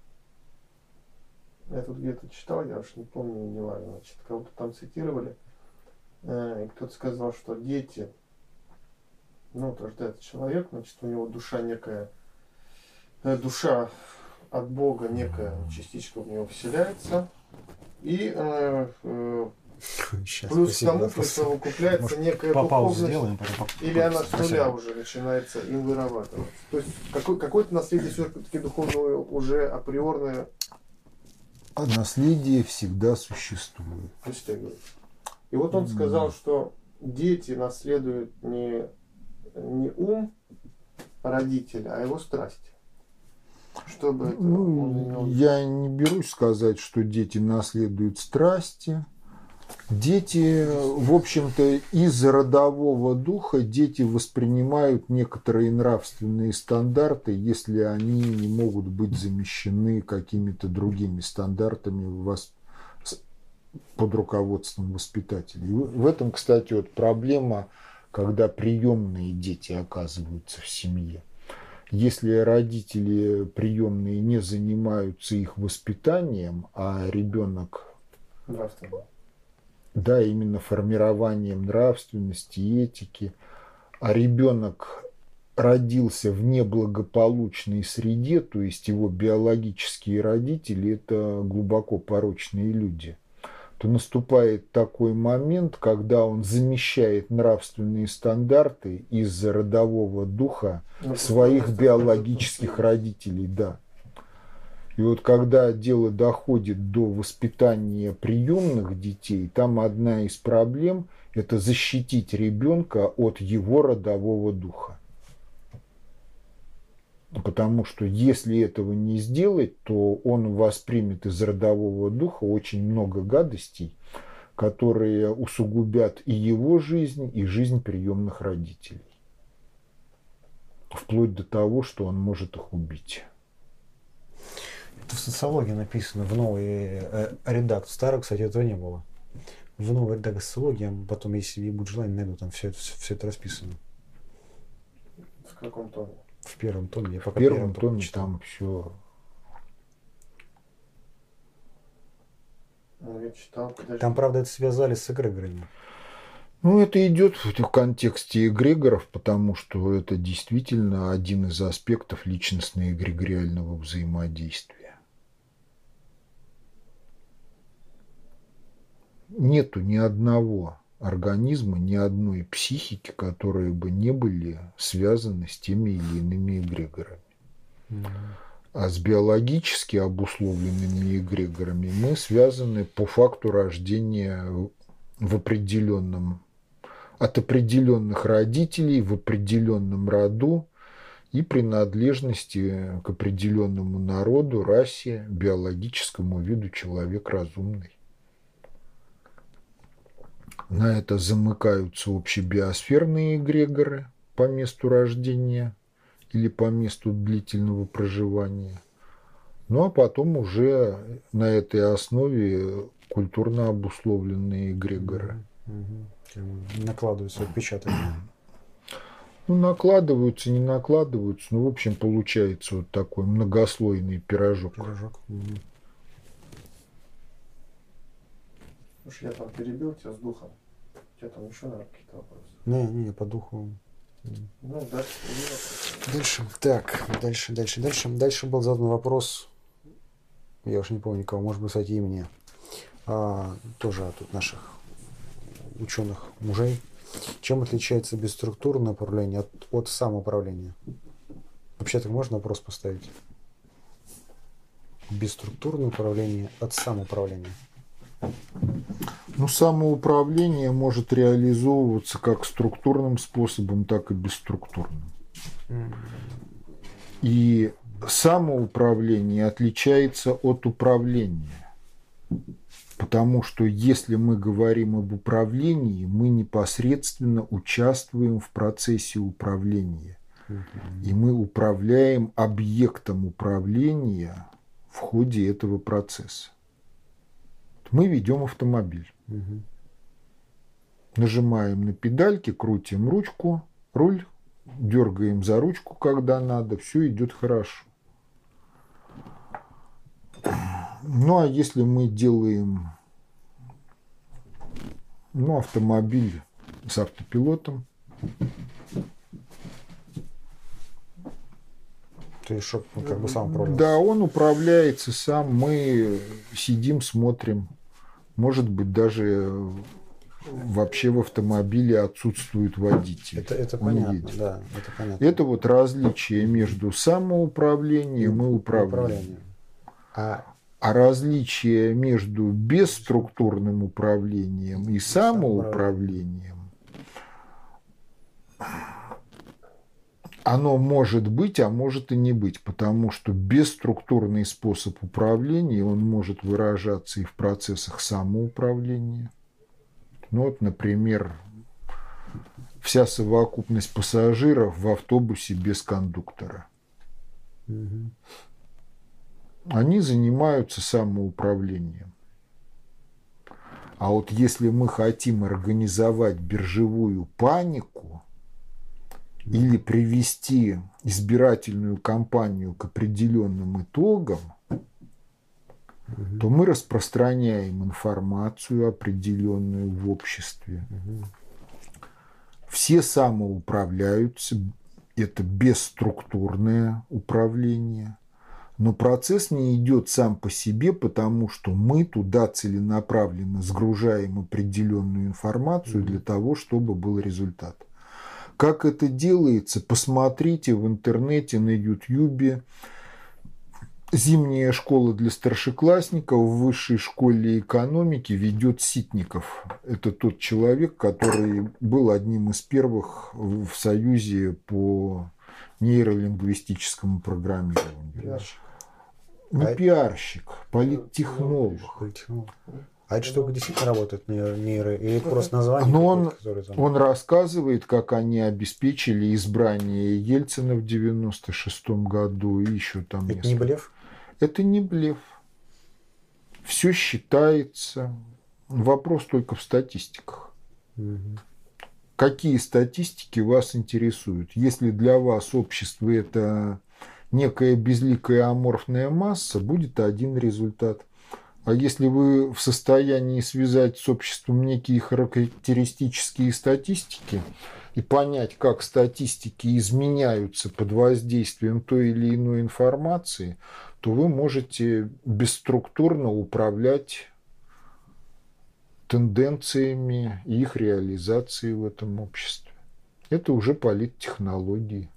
Я тут где-то читал, я уж не помню, не важно, значит, кого-то там цитировали, и кто-то сказал, что дети, ну, вот рождается человек, значит, у него душа некая, душа от Бога, некая частичка в него вселяется, и э, э, Сейчас, плюс к спасибо, тому да, присовокупляется может, некая по паузу духовность, сделаем, потом по- или она с спасибо. нуля уже начинается им вырабатываться. То есть какой, какое-то наследие все-таки духовное уже априорное. А наследие всегда существует. И вот он сказал, что дети наследуют не, не ум родителя, а его страсть. Чтобы это Ну, он имел... я не берусь сказать, что дети наследуют страсти. Дети, в общем-то, из родового духа дети воспринимают некоторые нравственные стандарты, если они не могут быть замещены какими-то другими стандартами вос... под руководством воспитателей. В этом, кстати, вот проблема, когда приемные дети оказываются в семье. Если родители приемные не занимаются их воспитанием, а ребенок... Нравственно. Да, именно формированием нравственности, этики. А ребенок родился в неблагополучной среде, то есть его биологические родители – это глубоко порочные люди, то наступает такой момент, когда он замещает нравственные стандарты из-за родового духа Ну, своих биологических родителей. Да. И вот когда дело доходит до воспитания приемных детей, там одна из проблем – это защитить ребенка от его родового духа. Потому что если этого не сделать, то он воспримет из родового духа очень много гадостей, которые усугубят и его жизнь, и жизнь приемных родителей. Вплоть до того, что он может их убить. Это в социологии написано, в новой э, редакции. В старой, кстати, этого не было. В новой редакции социологии, я потом, если будет желание, найду, там все, все, все это расписано. В каком томе? В первом томе. Я В пока первом первый томе читал. там все. Ну, я читал, подожди. Там, правда, это связали с эгрегорами. Ну, это идет в контексте эгрегоров, потому что это действительно один из аспектов личностно-эгрегориального взаимодействия. Нету ни одного организма, ни одной психики, которые бы не были связаны с теми или иными эгрегорами. Mm-hmm. А с биологически обусловленными эгрегорами мы связаны по факту рождения в определенном, от определенных родителей в определенном роду и принадлежности к определенному народу, расе, биологическому виду человек разумный. На это замыкаются общебиосферные эгрегоры по месту рождения или по месту длительного проживания. Ну а потом уже на этой основе культурно обусловленные эгрегоры. Угу. Накладываются отпечаток. Ну, накладываются, не накладываются. Ну, в общем, получается вот такой многослойный пирожок. Пирожок. Угу. Слушай, я там перебил тебя с духом. У тебя там еще, наверное, какие-то вопросы? Не, не, по духу. Ну, дальше. Дальше. Так, дальше, дальше, дальше. Дальше был задан вопрос. Я уж не помню кого, может быть, кстати, и мне. А, тоже от тут наших ученых мужей. Чем отличается бесструктурное управление от, от самоуправления? Вообще так можно вопрос поставить? Бесструктурное управление от самоуправления. Ну, самоуправление может реализовываться как структурным способом, так и бесструктурным. Mm. И самоуправление отличается от управления. Потому что если мы говорим об управлении, мы непосредственно участвуем в процессе управления. Mm-hmm. И мы управляем объектом управления в ходе этого процесса. Мы ведем автомобиль. Угу. Нажимаем на педальки, крутим ручку, руль, дергаем за ручку, когда надо, все идет хорошо. Ну, а если мы делаем ну, автомобиль с автопилотом, то есть, чтобы он как бы сам управляется. Да, он управляется сам, мы сидим, смотрим. Может быть, даже вообще в автомобиле отсутствует водитель. Это, это понятно, да, это понятно. Это вот различие между самоуправлением и, и управлением. управлением. А... а различие между бесструктурным управлением и самоуправлением, оно может быть, а может и не быть, потому что бесструктурный способ управления, он может выражаться и в процессах самоуправления. Ну вот, например, вся совокупность пассажиров в автобусе без кондуктора. Угу. Они занимаются самоуправлением. А вот если мы хотим организовать биржевую панику, или привести избирательную кампанию к определенным итогам, угу. то мы распространяем информацию определенную в обществе. Угу. Все самоуправляются, это бесструктурное управление, но процесс не идет сам по себе, потому что мы туда целенаправленно сгружаем определенную информацию угу. для того, чтобы был результат. Как это делается, посмотрите в интернете, на ютьюбе. Зимняя школа для старшеклассников в высшей школе экономики ведет Ситников. Это тот человек, который был одним из первых в Союзе по нейролингвистическому программированию. Пиарщик. Не а пиарщик, политтехнолог. политтехнолог. А эта штука действительно работает, нейро, или просто название? Но он, там... он рассказывает, как они обеспечили избрание Ельцина в девяносто шестом году и еще там. Это несколько. Не блеф? Это не блеф. Все считается. Вопрос только в статистиках. Угу. Какие статистики вас интересуют? Если для вас общество это некая безликая аморфная масса, будет один результат. А если вы в состоянии связать с обществом некие характеристические статистики и понять, как статистики изменяются под воздействием той или иной информации, то вы можете бесструктурно управлять тенденциями и их реализацией в этом обществе. Это уже политтехнологии.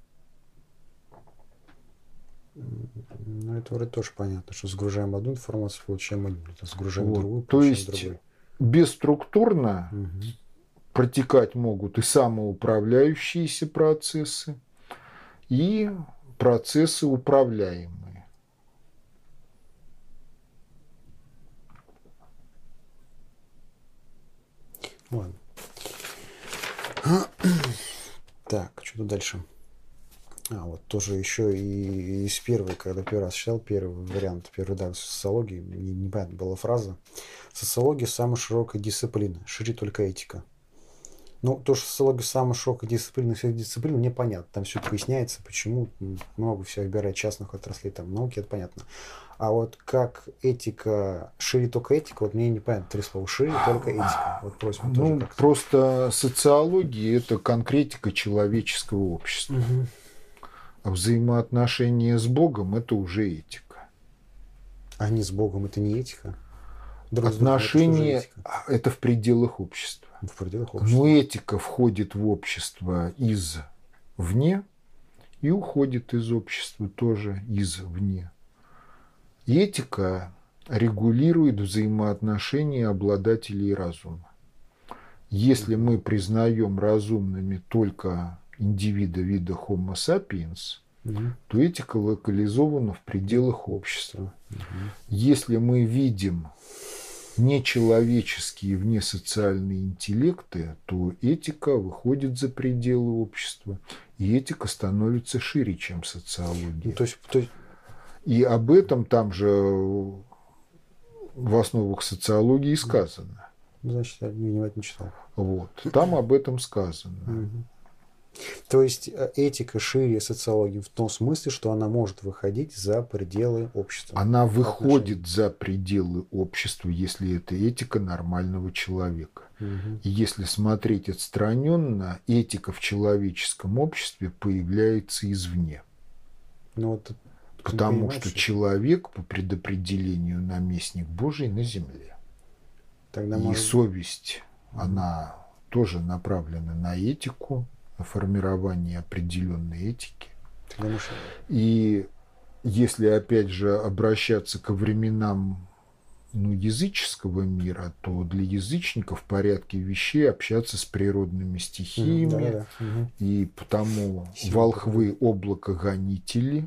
Ну, это вроде тоже понятно, что сгружаем одну информацию, получаем одну, сгружаем вот. другую, То получаем есть другую. Бесструктурно угу. протекать могут и самоуправляющиеся процессы, и процессы управляемые. Ладно. Так, что-то дальше. А, вот тоже еще и из первой, когда первый раз читал, первый вариант, первый редакцию социологии, не, непонятно была фраза. Социология самая широкая дисциплина, шире только этика. Ну, то, что социология самая широкая дисциплина всех дисциплин, мне понятно. Там все поясняется, почему много всего выбирает частных отраслей, там науки, это понятно. А вот как этика, шире только этика, вот мне непонятно три слова. Шире только этика. Вот просьба Ну, тоже как-то. просто социология – это конкретика человеческого общества. Угу. А взаимоотношения с Богом – это уже этика. А не с Богом это не этика? Друг Отношения это, – это в пределах общества. В пределах общества. Но этика входит в общество извне и уходит из общества тоже извне. И этика регулирует взаимоотношения обладателей разума. Если мы признаем разумными только индивида вида Homo sapiens, угу. то этика локализована в пределах общества. Угу. Если мы видим нечеловеческие внесоциальные интеллекты, то этика выходит за пределы общества, и этика становится шире, чем социология. Ну, то есть, то есть... И об этом там же в основах социологии сказано. Значит, я внимательно читал. Вот. Там об этом сказано. Угу. То есть этика шире социологии в том смысле, что она может выходить за пределы общества. Она выходит за пределы общества, если это этика нормального человека. Угу. И если смотреть отстраненно, этика в человеческом обществе появляется извне. Ну, вот, потому что это? Человек по предопределению наместник Божий на земле. Тогда И может... совесть, угу. она тоже направлена на этику, формирование определенной этики. Конечно. И если, опять же, обращаться ко временам ну, языческого мира, то для язычников в порядке вещей общаться с природными стихиями. Mm, да, да. Угу. И потому Сила волхвы облакогонители,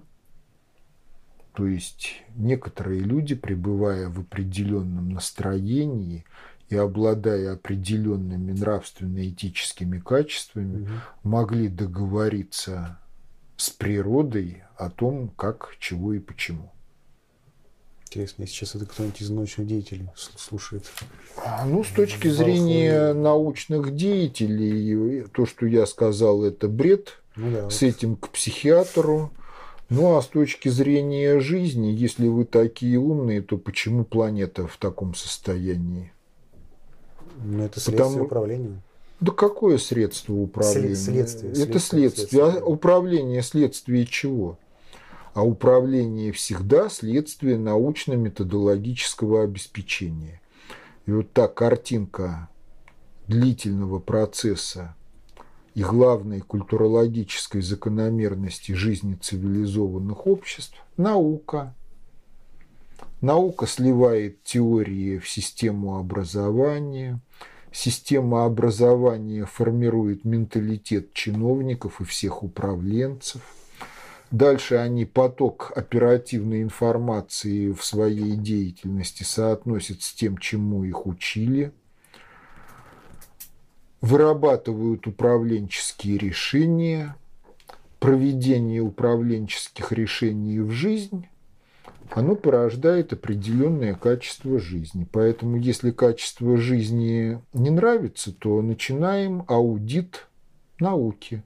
то есть некоторые люди, пребывая в определенном настроении, и обладая определенными нравственно-этическими качествами, угу. могли договориться с природой о том, как, чего и почему. Интересно, если сейчас это кто-нибудь из научных деятелей слушает. Ну, с точки зрения научных деятелей, то, что я сказал, это бред. Ну, да, с вот. этим к психиатру. Ну, а с точки зрения жизни, если вы такие умные, то почему планета в таком состоянии? Ну, это следствие Потому... управления. Да какое средство управления? Следствие. Это следствие. следствие. следствие. А управление следствие чего? А управление всегда следствие научно-методологического обеспечения. И вот та картинка длительного процесса и главной культурологической закономерности жизни цивилизованных обществ – наука. Наука сливает теории в систему образования. Система образования формирует менталитет чиновников и всех управленцев. Дальше они поток оперативной информации в своей деятельности соотносят с тем, чему их учили. Вырабатывают управленческие решения. Проведение управленческих решений в жизнь оно порождает определенное качество жизни. Поэтому, если качество жизни не нравится, то начинаем аудит науки.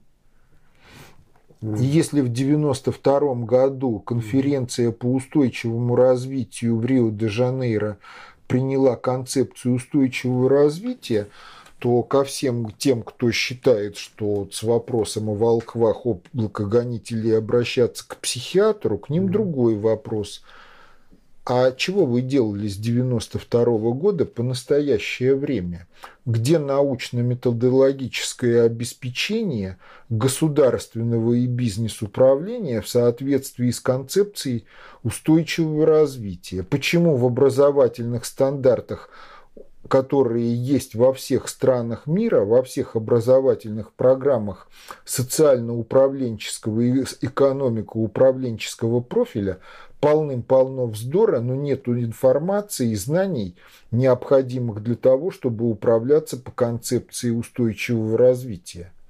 И если в девяносто втором году конференция по устойчивому развитию в Рио-де-Жанейро приняла концепцию устойчивого развития, то ко всем тем, кто считает, что с вопросом о волхвах, облакогонителей обращаться к психиатру, к ним mm-hmm. другой вопрос. А чего вы делали с девяносто второго года по настоящее время? Где научно-методологическое обеспечение государственного и бизнес-управления в соответствии с концепцией устойчивого развития? Почему в образовательных стандартах, которые есть во всех странах мира, во всех образовательных программах социально-управленческого и экономико-управленческого профиля, полным-полно вздора, но нет информации и знаний, необходимых для того, чтобы управляться по концепции устойчивого развития?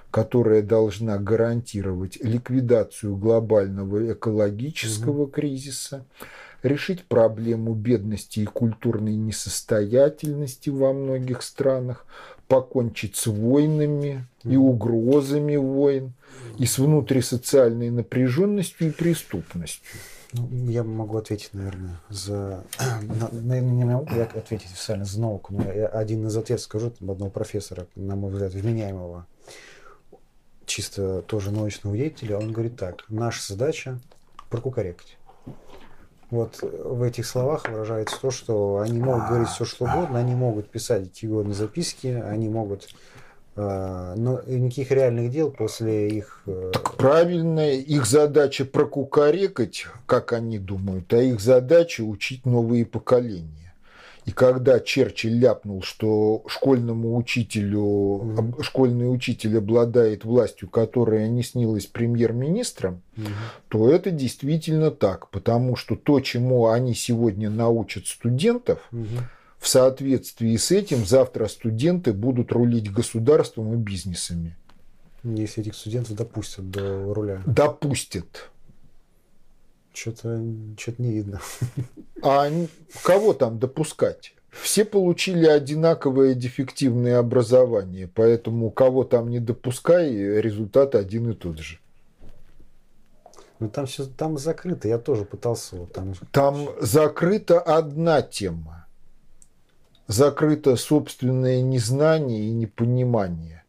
которая должна гарантировать ликвидацию глобального экологического угу. кризиса, решить проблему бедности и культурной несостоятельности во многих странах, покончить с войнами и угрозами войн, и с внутрисоциальной напряженностью и преступностью. Ну, я могу ответить, наверное, за... Наверное, не могу я ответить официально за науку, но я один из ответов скажу одного профессора, на мой взгляд, вменяемого, чисто тоже научного деятеля. Он говорит так: наша задача прокукарекать. Вот в этих словах выражается то, что они могут говорить все, что угодно, они могут писать эти угодно записки, они могут... Но никаких реальных дел после их... Так правильно, их задача прокукарекать, как они думают, а их задача учить новые поколения. И когда Черчилль ляпнул, что школьному учителю, mm-hmm. школьный учитель обладает властью, которая не снилась премьер-министром, mm-hmm. то это действительно так, потому что то, чему они сегодня научат студентов, mm-hmm. в соответствии с этим завтра студенты будут рулить государством и бизнесами. Если этих студентов допустят до руля. Допустят. Что-то, что-то не видно. А кого там допускать? Все получили одинаковое дефективное образование, поэтому кого там не допускай, результат один и тот же. Ну там все там закрыто, я тоже пытался. Вот, там... там закрыта одна тема. Закрыто собственное незнание и непонимание.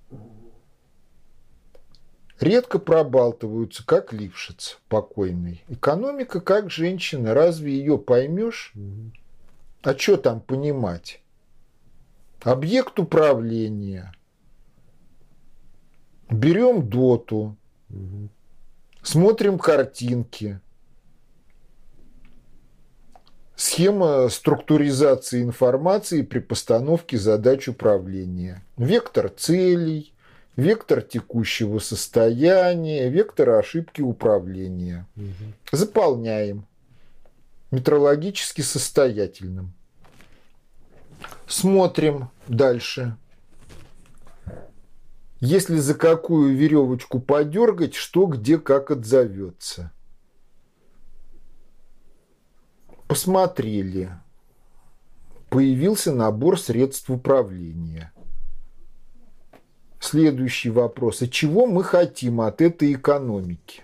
Редко пробалтываются, как Лившиц покойный. Экономика как женщина, разве ее поймешь? А что там понимать? Объект управления. Берем доту, смотрим картинки. Схема структуризации информации при постановке задач управления. Вектор целей, вектор текущего состояния, вектор ошибки управления. Угу. Заполняем. Метрологически состоятельным. Смотрим дальше. Если за какую веревочку подергать, что где как отзовется. Посмотрели. Появился набор средств управления. Следующий вопрос. А чего мы хотим от этой экономики?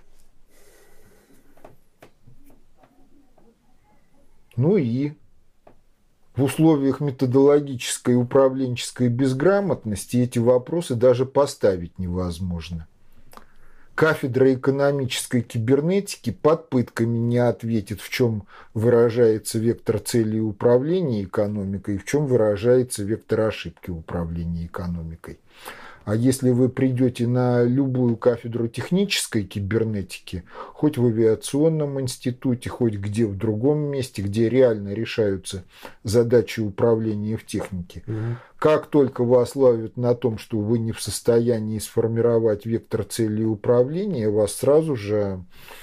Ну и в условиях методологической и управленческой безграмотности эти вопросы даже поставить невозможно. Кафедра экономической кибернетики под пытками не ответит, в чем выражается вектор цели управления экономикой и в чем выражается вектор ошибки управления экономикой. А если вы придете на любую кафедру технической кибернетики, хоть в авиационном институте, хоть где в другом месте, где реально решаются задачи управления в технике, угу. как только вас ловят на том, что вы не в состоянии сформировать вектор цели управления, вас сразу же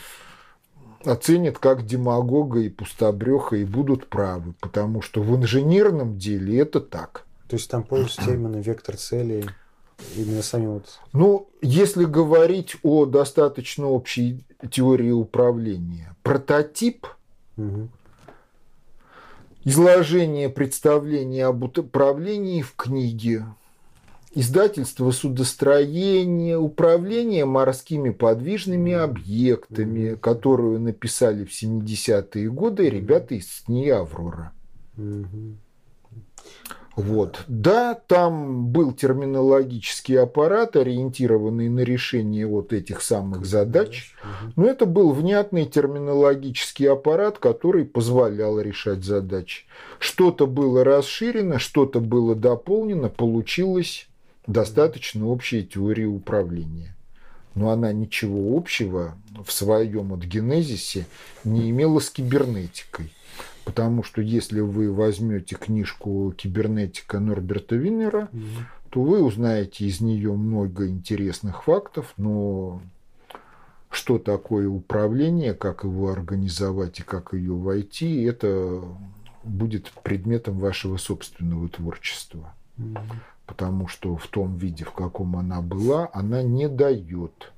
оценят как демагога и пустобреха и будут правы, потому что в инженерном деле это так. То есть там пользуются термины вектор цели. Именно сами вот... Ну, если говорить о достаточно общей теории управления, прототип, угу. изложение представления об управлении в книге, издательство судостроения, управление морскими подвижными объектами, угу. которую написали в семидесятые годы ребята из СНИ «Аврора». Угу. Вот. Да, там был терминологический аппарат, ориентированный на решение вот этих самых задач, но это был внятный терминологический аппарат, который позволял решать задачи. Что-то было расширено, что-то было дополнено, получилась достаточно общая теория управления. Но она ничего общего в своем вот генезисе не имела с кибернетикой. Потому что если вы возьмете книжку «Кибернетика» Норберта Винера, mm-hmm. то вы узнаете из нее много интересных фактов, но что такое управление, как его организовать и как ее войти, это будет предметом вашего собственного творчества. Потому что в том виде, в каком она была, она не дает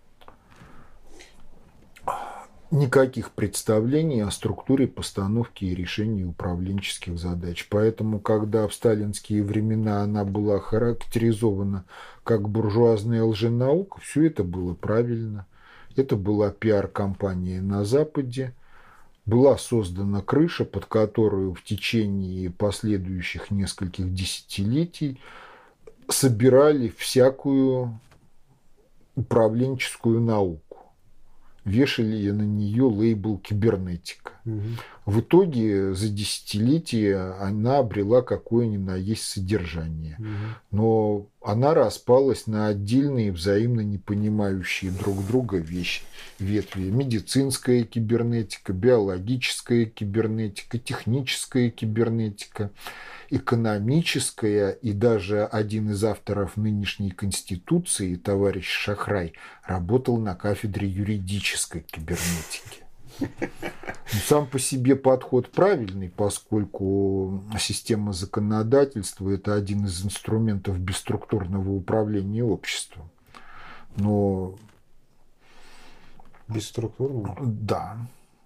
никаких представлений о структуре постановки и решении управленческих задач. Поэтому, когда в сталинские времена она была характеризована как буржуазная лженаука, все это было правильно. Это была пиар-компания на Западе. Была создана крыша, под которую в течение последующих нескольких десятилетий собирали всякую управленческую науку. Вешали на нее лейбл «кибернетика». Угу. В итоге за десятилетия она обрела какое ни на есть содержание. Угу. Но она распалась на отдельные, взаимно не понимающие друг друга вещи. Ветви: медицинская кибернетика, биологическая кибернетика, техническая кибернетика, экономическая, и даже один из авторов нынешней Конституции, товарищ Шахрай, работал на кафедре юридической кибернетики. Сам по себе подход правильный, поскольку система законодательства – это один из инструментов бесструктурного управления обществом. Но... Бесструктурного? Да.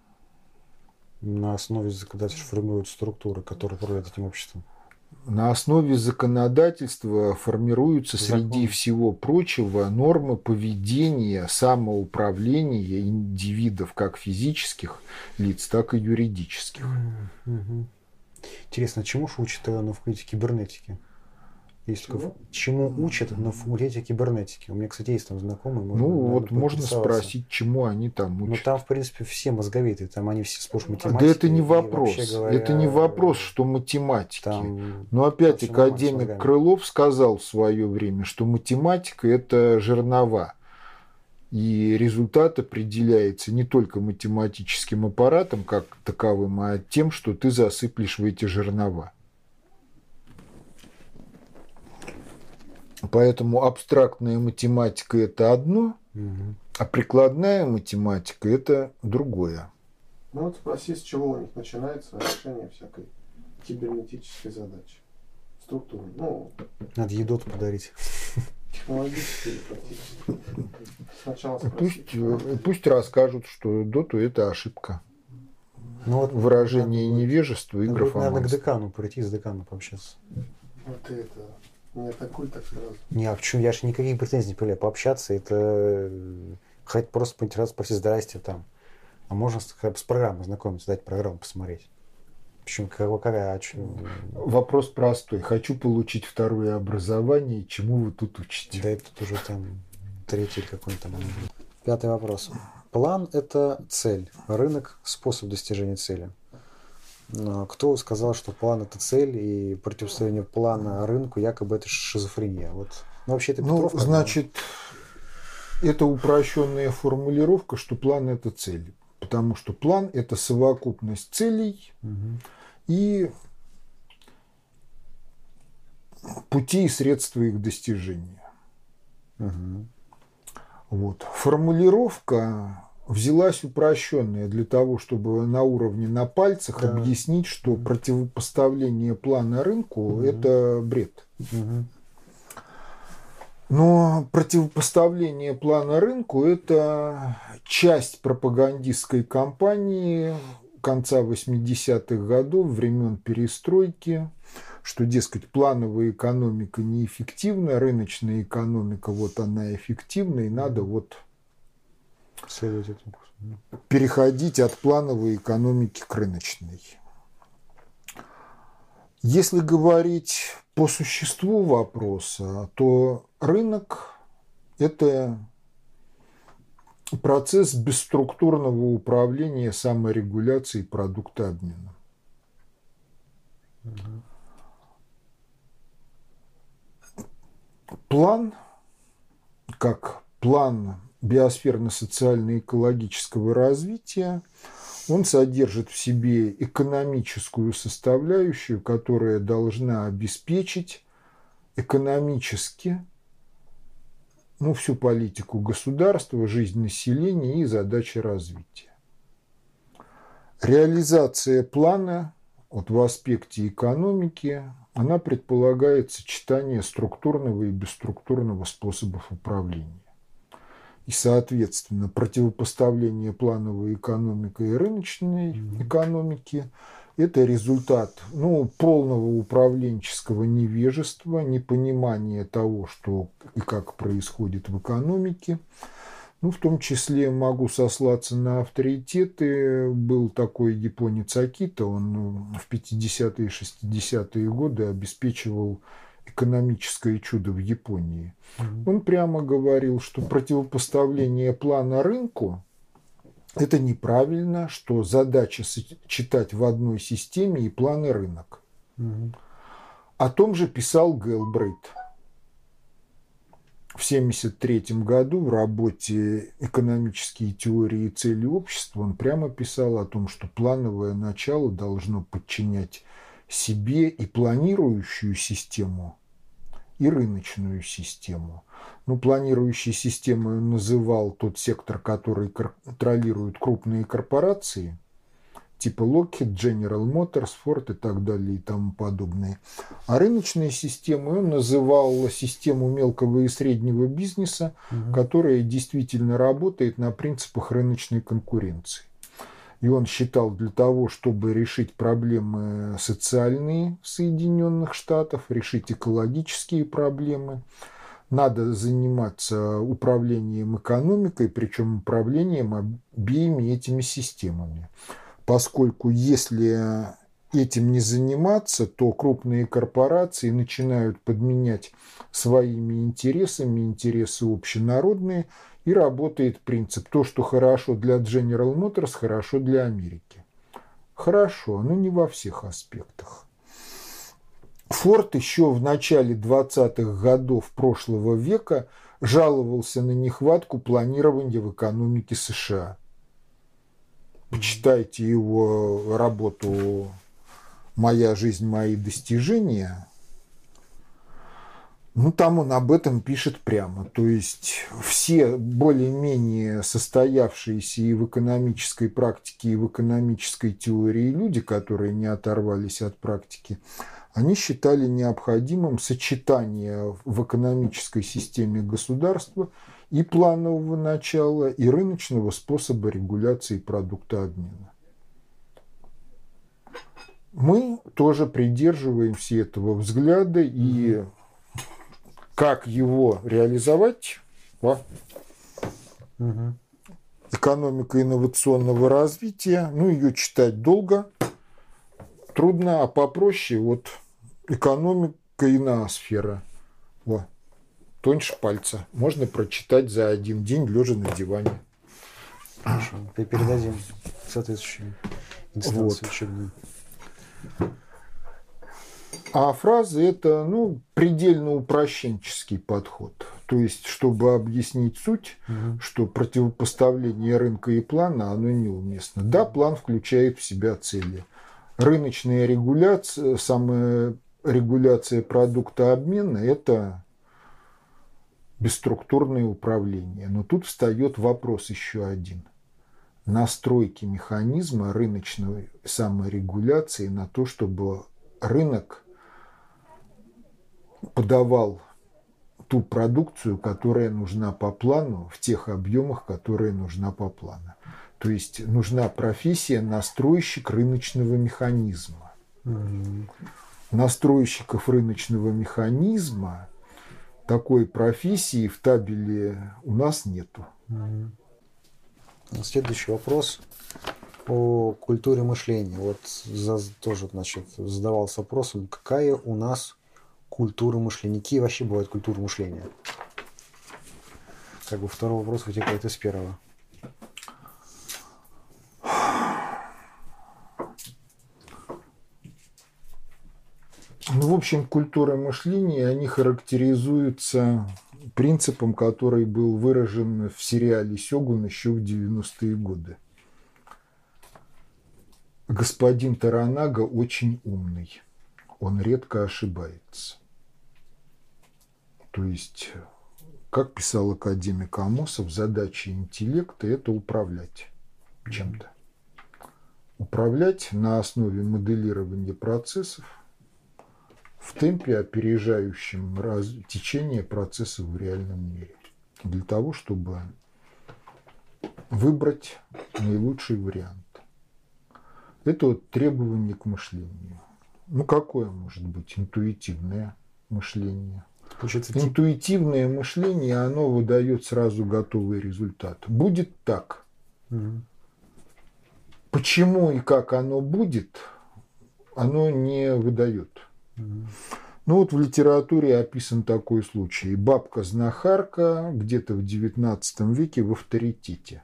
На основе законодательства формируют структуры, которые управляют этим обществом. На основе законодательства формируются, Закон. Среди всего прочего, нормы поведения, самоуправления индивидов, как физических лиц, так и юридических. Угу. Интересно, чему же учат на факультете кибернетики? Есть такой, чему учат на факультете кибернетики? У меня, кстати, есть там знакомые. Можно, ну, вот можно спросить, чему они там учат. Ну, там, в принципе, все мозговиты, там они все сплошь математики. Да это не вопрос. Говоря, это не вопрос, что математики. Там, Но опять академик Крылов сказал в свое время, что математика – это жернова. И результат определяется не только математическим аппаратом как таковым, а тем, что ты засыплешь в эти жернова. Поэтому абстрактная математика – это одно, угу. а прикладная математика – это другое. Ну вот спроси, с чего у них начинается решение всякой кибернетической задачи. Структуры. Ну, надо еду подарить. Технологически или практически. Сначала спроси. Пусть, пусть расскажут, что доту – это ошибка. Ну, вот выражение надо, невежества и графоманства. Надо к декану прийти, с деканом пообщаться. Вот это... Не атакуй так сразу. Не, а почему? Я же никаких претензий не появляю. Пообщаться, это хоть просто поинтересоваться, спросить здрасте там. А можно с, с программой знакомиться, дать программу посмотреть. Почему? Какая? А что? Вопрос простой. Хочу получить второе образование. Чему вы тут учите? Да это тут уже там третий какой-то там. Пятый вопрос. План – это цель. Рынок – способ достижения цели. Кто сказал, что план – это цель, и противостояние плана рынку якобы это шизофрения? Вот. Ну, вообще это Петров. Ну, значит, это упрощенная формулировка, что план – это цель. Потому что план – это совокупность целей угу. и пути и средства их достижения. Угу. Вот. Формулировка взялась упрощенная для того, чтобы на уровне на пальцах да. объяснить, что противопоставление плана рынку угу. – это бред. Угу. Но противопоставление плана рынку – это часть пропагандистской кампании конца восьмидесятых годов, времен перестройки, что, дескать, плановая экономика неэффективна, рыночная экономика, вот она эффективна, и надо вот следовать этому курсу. Переходить от плановой экономики к рыночной. Если говорить по существу вопроса, то рынок – это процесс бесструктурного управления саморегуляцией продукта обмена. Угу. План, как план биосферно-социально-экологического развития, он содержит в себе экономическую составляющую, которая должна обеспечить экономически ну, всю политику государства, жизнь населения и задачи развития. Реализация плана вот в аспекте экономики, она предполагает сочетание структурного и бесструктурного способов управления. И, соответственно, противопоставление плановой экономики и рыночной mm-hmm. экономики – это результат ну, полного управленческого невежества, непонимания того, что и как происходит в экономике. Ну, в том числе могу сослаться на авторитеты. Был такой японец Акита, он в пятидесятые и шестидесятые годы обеспечивал экономическое чудо в Японии. Mm-hmm. Он прямо говорил, что противопоставление плана рынку – это неправильно, что задача сочетать в одной системе и план и рынок. Mm-hmm. О том же писал Гэлбрейт. В тысяча девятьсот семьдесят третьем году в работе «Экономические теории и цели общества» он прямо писал о том, что плановое начало должно подчинять себе и планирующую систему, и рыночную систему. Ну, планирующей системой он называл тот сектор, который контролирует крупные корпорации, типа Lockheed, General Motors, Ford и так далее и тому подобное. А рыночной системой он называл систему мелкого и среднего бизнеса, угу. которая действительно работает на принципах рыночной конкуренции. И он считал, для того, чтобы решить проблемы социальные Соединенных Штатов, решить экологические проблемы, надо заниматься управлением экономикой, причем управлением обеими этими системами. Поскольку если этим не заниматься, то крупные корпорации начинают подменять своими интересами интересы общенародные, и работает принцип: то, что хорошо для General Motors, хорошо для Америки. Хорошо, но не во всех аспектах. Форд еще в начале двадцатых годов прошлого века жаловался на нехватку планирования в экономике США. Почитайте его работу «Моя жизнь, мои достижения». Ну, там он об этом пишет прямо. То есть все более-менее состоявшиеся и в экономической практике, и в экономической теории люди, которые не оторвались от практики, они считали необходимым сочетание в экономической системе государства и планового начала, и рыночного способа регуляции продукта обмена. Мы тоже придерживаемся этого взгляда, и как его реализовать? Во. Угу. Экономика инновационного развития. Ну, ее читать долго, трудно, а попроще вот экономика и ноосфера. Во. Тоньше пальца. Можно прочитать за один день, лежа на диване. Хорошо. Передадим соответствующую инстанцию вот. учебную. А фразы – это ну, предельно упрощенческий подход. То есть, чтобы объяснить суть, угу. что противопоставление рынка и плана, оно неуместно. Да, план включает в себя цели. Рыночная регуляция, самая регуляция продукта обмена – это бесструктурное управление. Но тут встает вопрос еще один. Настройки механизма рыночной саморегуляции на то, чтобы рынок подавал ту продукцию, которая нужна по плану, в тех объемах, которые нужна по плану. То есть нужна профессия настройщик рыночного механизма. Mm-hmm. Настройщиков рыночного механизма такой профессии в табеле у нас нету. Mm-hmm. Следующий вопрос о культуре мышления. Вот за, тоже, значит, задавался вопросом, какая у нас культура мышления, какие вообще бывают культуры мышления? Как бы второй вопрос вытекает из первого. Ну, в общем, культура мышления, они характеризуются принципом, который был выражен в сериале «Сёгун» еще в девяностые годы. Господин Торанага очень умный. Он редко ошибается. То есть, как писал академик Амосов, задача интеллекта – это управлять чем-то. управлять на основе моделирования процессов в темпе, опережающем раз... течение процессов в реальном мире. Для того, чтобы выбрать наилучший вариант. Это вот требование к мышлению. Ну, какое может быть интуитивное мышление? Получается, Интуитивное мышление, оно выдает сразу готовый результат. Будет так. Угу. Почему и как оно будет, оно не выдает. Угу. Ну вот в литературе описан такой случай. Бабка-знахарка где-то в девятнадцатом веке в авторитете.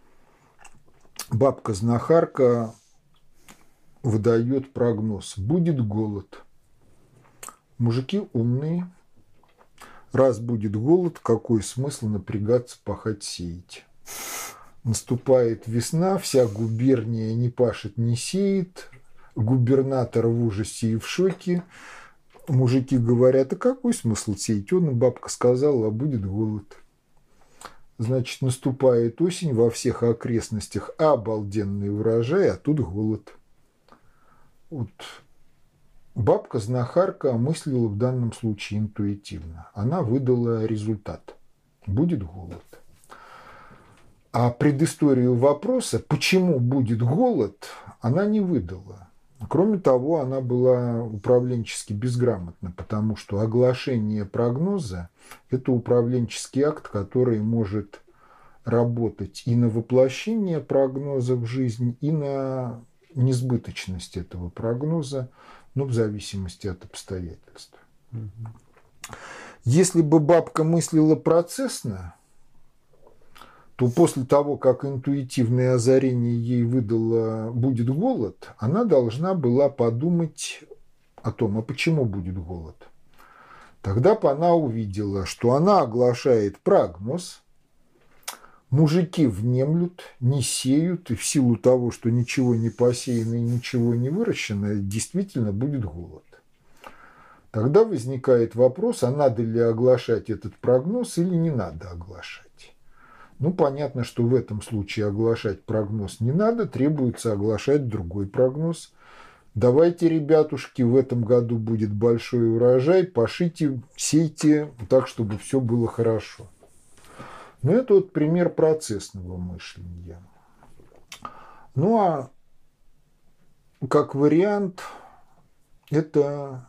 Бабка-знахарка выдает прогноз. Будет голод. Мужики умные. Раз будет голод, какой смысл напрягаться, пахать, сеять? Наступает весна, вся губерния не пашет, не сеет. Губернатор в ужасе и в шоке. Мужики говорят, а какой смысл сеять? Он, бабка сказала, а будет голод. Значит, наступает осень, во всех окрестностях обалденный урожай, а тут голод. Вот. Бабка-знахарка мыслила в данном случае интуитивно. Она выдала результат. Будет голод. А предысторию вопроса, почему будет голод, она не выдала. Кроме того, она была управленчески безграмотна, потому что оглашение прогноза – это управленческий акт, который может работать и на воплощение прогноза в жизнь, и на несбыточность этого прогноза, ну, в зависимости от обстоятельств. Если бы бабка мыслила процессно, то после того, как интуитивное озарение ей выдало «будет голод», она должна была подумать о том, а почему будет голод. Тогда бы она увидела, что она оглашает прогноз, мужики внемлют, не сеют, и в силу того, что ничего не посеяно и ничего не выращено, действительно будет голод. Тогда возникает вопрос, а надо ли оглашать этот прогноз или не надо оглашать. Ну, понятно, что в этом случае оглашать прогноз не надо, требуется оглашать другой прогноз. Давайте, ребятушки, в этом году будет большой урожай, пашите, сейте так, чтобы все было хорошо. Ну, это вот пример процессного мышления. Ну, а как вариант, это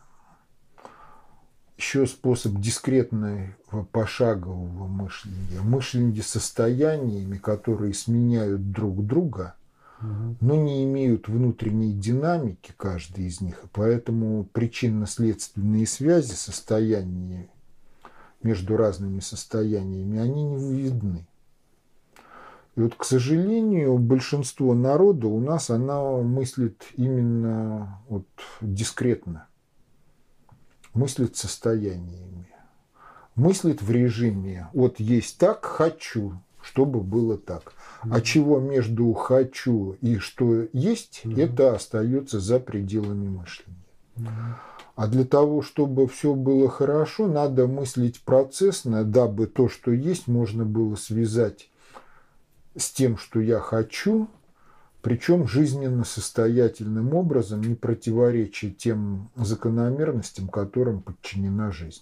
еще способ дискретного пошагового мышления. Мышление состояниями, которые сменяют друг друга, угу. но не имеют внутренней динамики, каждый из них. И поэтому причинно-следственные связи состояний между разными состояниями, они не видны. И вот, к сожалению, большинство народа у нас, она мыслит именно вот дискретно. Мыслит состояниями. Мыслит в режиме вот есть так, хочу, чтобы было так. Mm-hmm. А чего между хочу и что есть, mm-hmm. это остается за пределами мышления. Mm-hmm. А для того, чтобы все было хорошо, надо мыслить процессно, дабы то, что есть, можно было связать с тем, что я хочу, причем жизненно состоятельным образом, не противоречия тем закономерностям, которым подчинена жизнь.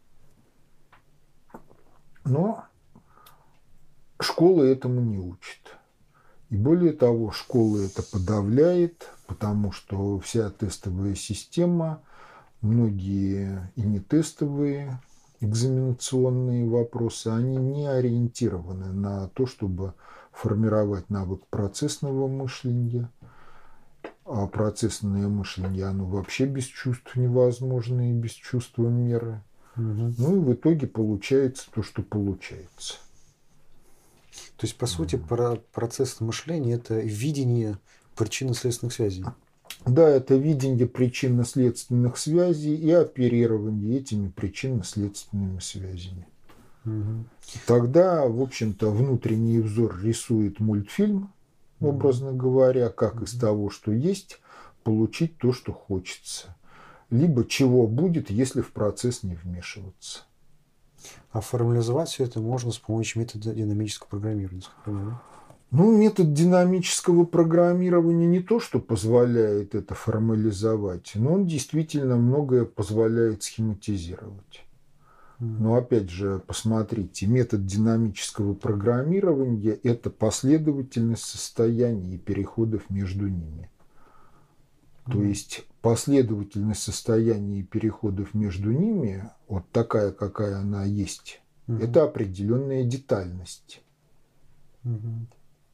Но школа этому не учит. И более того, школа это подавляет, потому что вся тестовая система, многие и не тестовые экзаменационные вопросы, они не ориентированы на то, чтобы формировать навык процессного мышления. А процессное мышление, оно вообще без чувств невозможно и без чувства меры. Угу. Ну и в итоге получается то, что получается. То есть, по сути, про процесс мышления – это видение причинно-следственных связей. Да, это видение причинно-следственных связей и оперирование этими причинно-следственными связями. Угу. Тогда, в общем-то, внутренний взор рисует мультфильм, образно говоря, как из того, что есть, получить то, что хочется. Либо чего будет, если в процесс не вмешиваться. А формализовать все это можно с помощью метода динамического программирования. Ну, метод динамического программирования не то, что позволяет это формализовать, но он действительно многое позволяет схематизировать. Но опять же, посмотрите, метод динамического программирования – это последовательность состояний и переходов между ними. Mm-hmm. То есть последовательность состояний и переходов между ними, вот такая, какая она есть, mm-hmm. это определенная детальность. Mm-hmm.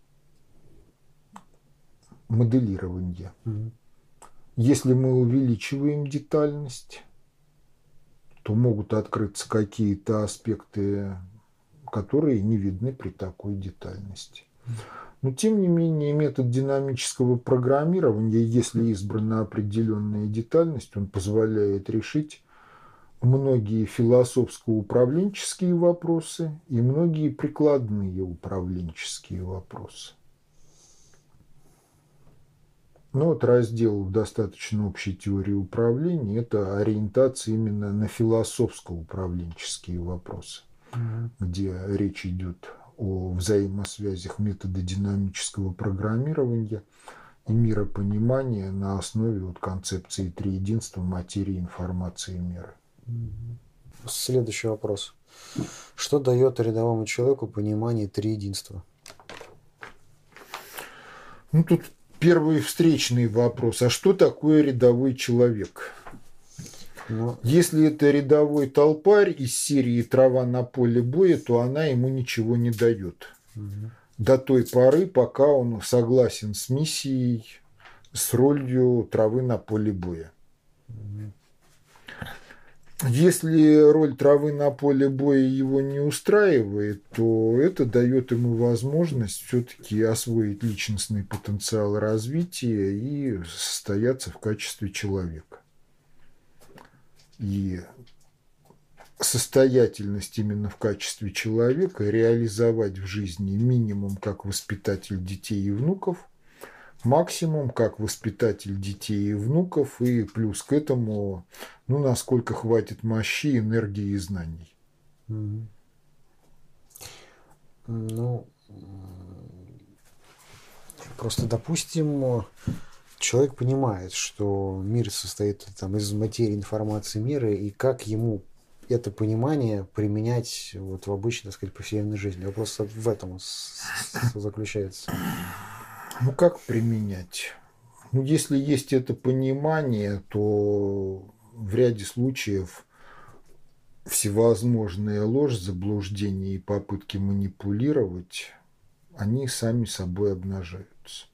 Моделирование. Mm-hmm. Если мы увеличиваем детальность, то могут открыться какие-то аспекты, которые не видны при такой детальности. Но, тем не менее, метод динамического программирования, если избрана определенная детальность, он позволяет решить многие философско-управленческие вопросы и многие прикладные управленческие вопросы. Но вот раздел в достаточно общей теории управления – это ориентация именно на философско-управленческие вопросы, mm-hmm. где речь идет о взаимосвязях метода динамического программирования и миропонимания на основе вот концепции триединства материи, информации и меры. Mm-hmm. Следующий вопрос. Что дает рядовому человеку понимание триединства? Ну, тут первый встречный вопрос. А что такое рядовой человек? Ну, если это рядовой толпарь из серии «Трава на поле боя», то она ему ничего не дает. Угу. До той поры, пока он согласен с миссией, с ролью травы на поле боя. Угу. Если роль травы на поле боя его не устраивает, то это дает ему возможность все-таки освоить личностный потенциал развития и состояться в качестве человека. И состоятельность именно в качестве человека реализовать в жизни минимум как воспитатель детей и внуков, максимум как воспитатель детей и внуков, и плюс к этому, ну, насколько хватит мощи, энергии и знаний. Mm-hmm. Ну, просто, допустим, человек понимает, что мир состоит там, из материи, информации, мира, и как ему это понимание применять вот, в обычной, так сказать, повседневной жизни. Вопрос в этом заключается. Ну, как применять? Ну, если есть это понимание, то в ряде случаев всевозможная ложь, заблуждения и попытки манипулировать, они сами собой обнажаются.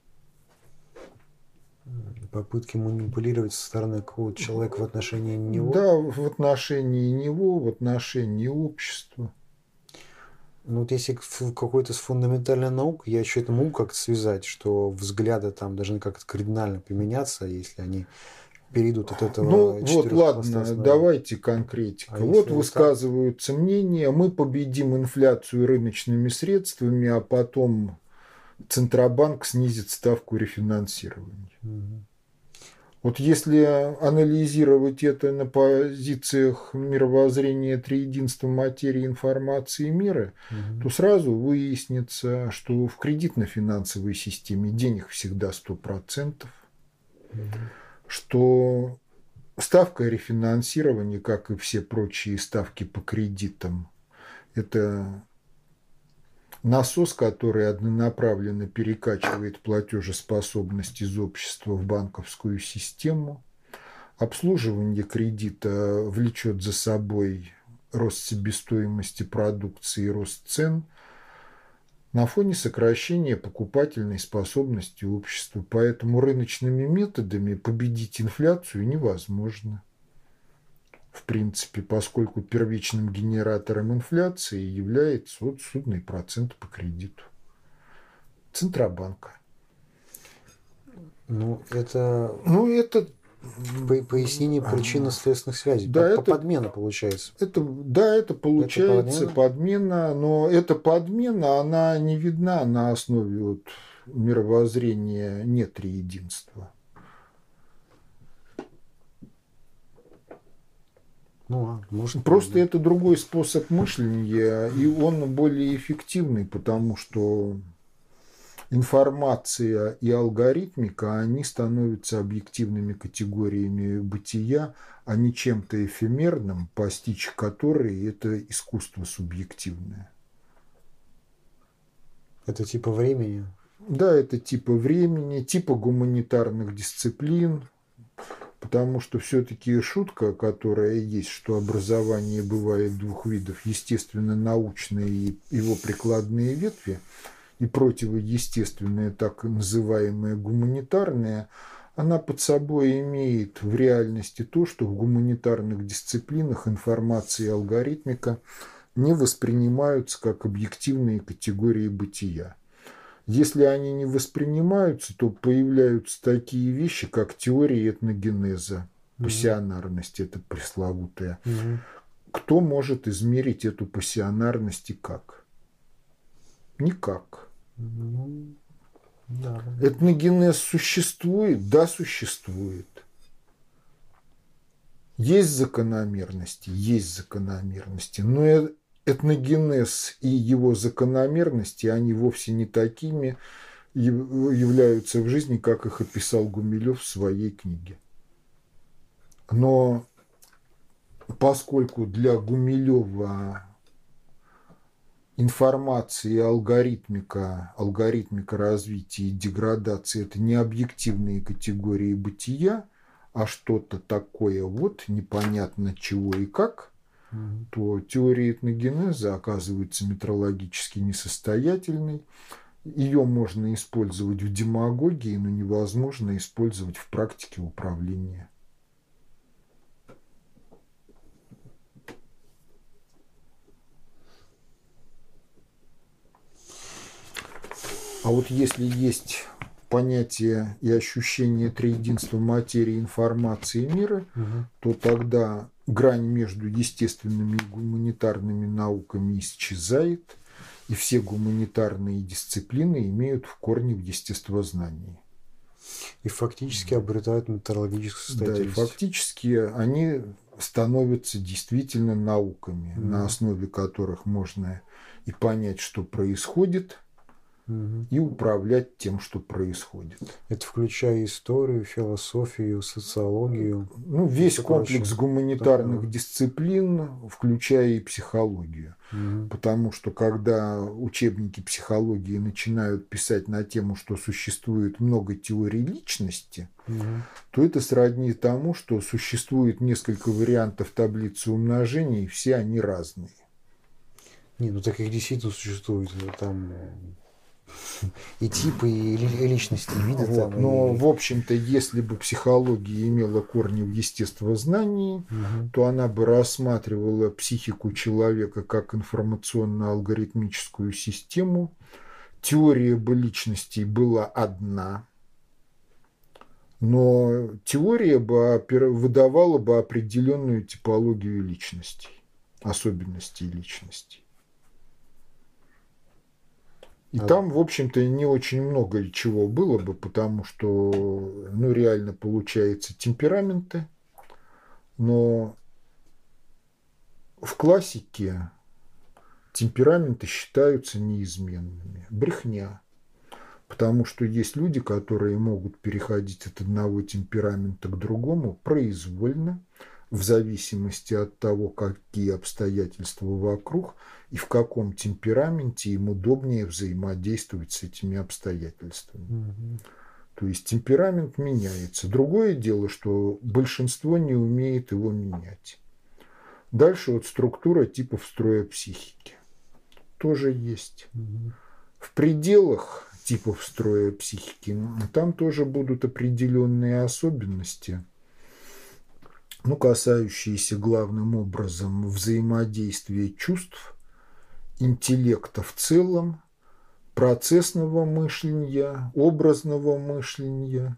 Попытки манипулировать со стороны какого-то человека в отношении него? Да, в отношении него, в отношении общества. Ну вот если какой-то фундаментальная наука, я еще это могу как-то связать, что взгляды там должны как-то кардинально поменяться, если они перейдут от этого. Ну вот, ладно, давайте конкретика. А вот высказываются так... мнения, мы победим инфляцию рыночными средствами, а потом Центробанк снизит ставку рефинансирования. Угу. Вот если анализировать это на позициях мировоззрения триединства материи, информации и меры, угу. то сразу выяснится, что в кредитно-финансовой системе денег всегда сто процентов, угу. что ставка рефинансирования, как и все прочие ставки по кредитам, это насос, который однонаправленно перекачивает платежеспособность из общества в банковскую систему. Обслуживание кредита влечет за собой рост себестоимости продукции и рост цен на фоне сокращения покупательной способности общества. Поэтому рыночными методами победить инфляцию невозможно. В принципе, поскольку первичным генератором инфляции является вот судный процент по кредиту Центробанка. Ну, это... Ну, это... Пояснение причинно-следственных связей. Да, по, это... по подмена получается. Это, да, это получается это подмена? подмена, но эта подмена, она не видна на основе вот мировоззрения нет триединства. Ну, может, Просто да. это другой способ мышления, и он более эффективный, потому что информация и алгоритмика, они становятся объективными категориями бытия, а не чем-то эфемерным, постичь которые это искусство субъективное. Это типа времени? Да, это типа времени, типа гуманитарных дисциплин, потому что все-таки шутка, которая есть, что образование бывает двух видов, естественно-научные и его прикладные ветви, и противоестественное, так называемое гуманитарное, она под собой имеет в реальности то, что в гуманитарных дисциплинах информация и алгоритмика не воспринимаются как объективные категории бытия. Если они не воспринимаются, то появляются такие вещи, как теория этногенеза, угу. пассионарность, это пресловутая. Угу. Кто может измерить эту пассионарность и как? Никак. Ну, да. Этногенез существует? Да, существует. Есть закономерности? Есть закономерности. Но этногенез и его закономерности, они вовсе не такими являются в жизни, как их описал Гумилев в своей книге. Но поскольку для Гумилева информация и алгоритмика, алгоритмика развития и деградации – это не объективные категории бытия, а что-то такое вот непонятно чего и как, mm-hmm. то теория этногенеза оказывается метрологически несостоятельной. Ее можно использовать в демагогии, но невозможно использовать в практике управления. А вот если есть понятие и ощущение триединства материи, информации и мира, угу. то тогда грань между естественными и гуманитарными науками исчезает, и все гуманитарные дисциплины имеют в корне в естествознании. И фактически обретают методологическую состоятельность. Да, и фактически они становятся действительно науками, угу. на основе которых можно и понять, что происходит, угу. и управлять тем, что происходит. Это включая историю, философию, социологию. Ну, весь комплекс прочее. гуманитарных да. дисциплин, включая и психологию. Угу. Потому что когда учебники психологии начинают писать на тему, что существует много теорий личности, угу. то это сродни тому, что существует несколько вариантов таблицы умножения, и все они разные. Не, ну так их действительно существует. Там и типы, и личности, и виды. Вот. Там, Но, и... в общем-то, если бы психология имела корни в естествознании, угу. то она бы рассматривала психику человека как информационно-алгоритмическую систему. Теория бы личностей была одна, но теория бы выдавала бы определенную типологию личностей, особенностей личностей. И а... там, в общем-то, не очень много чего было бы, потому что, ну, реально получается темпераменты, но в классике темпераменты считаются неизменными. Брехня. Потому что есть люди, которые могут переходить от одного темперамента к другому произвольно, в зависимости от того, какие обстоятельства вокруг и в каком темпераменте им удобнее взаимодействовать с этими обстоятельствами. Mm-hmm. То есть темперамент меняется. Другое дело, что большинство не умеет его менять. Дальше вот структура типов строя психики. Тоже есть. Mm-hmm. В пределах типов строя психики там тоже будут определенные особенности, ну, касающиеся главным образом взаимодействия чувств, интеллекта в целом, процессного мышления, образного мышления,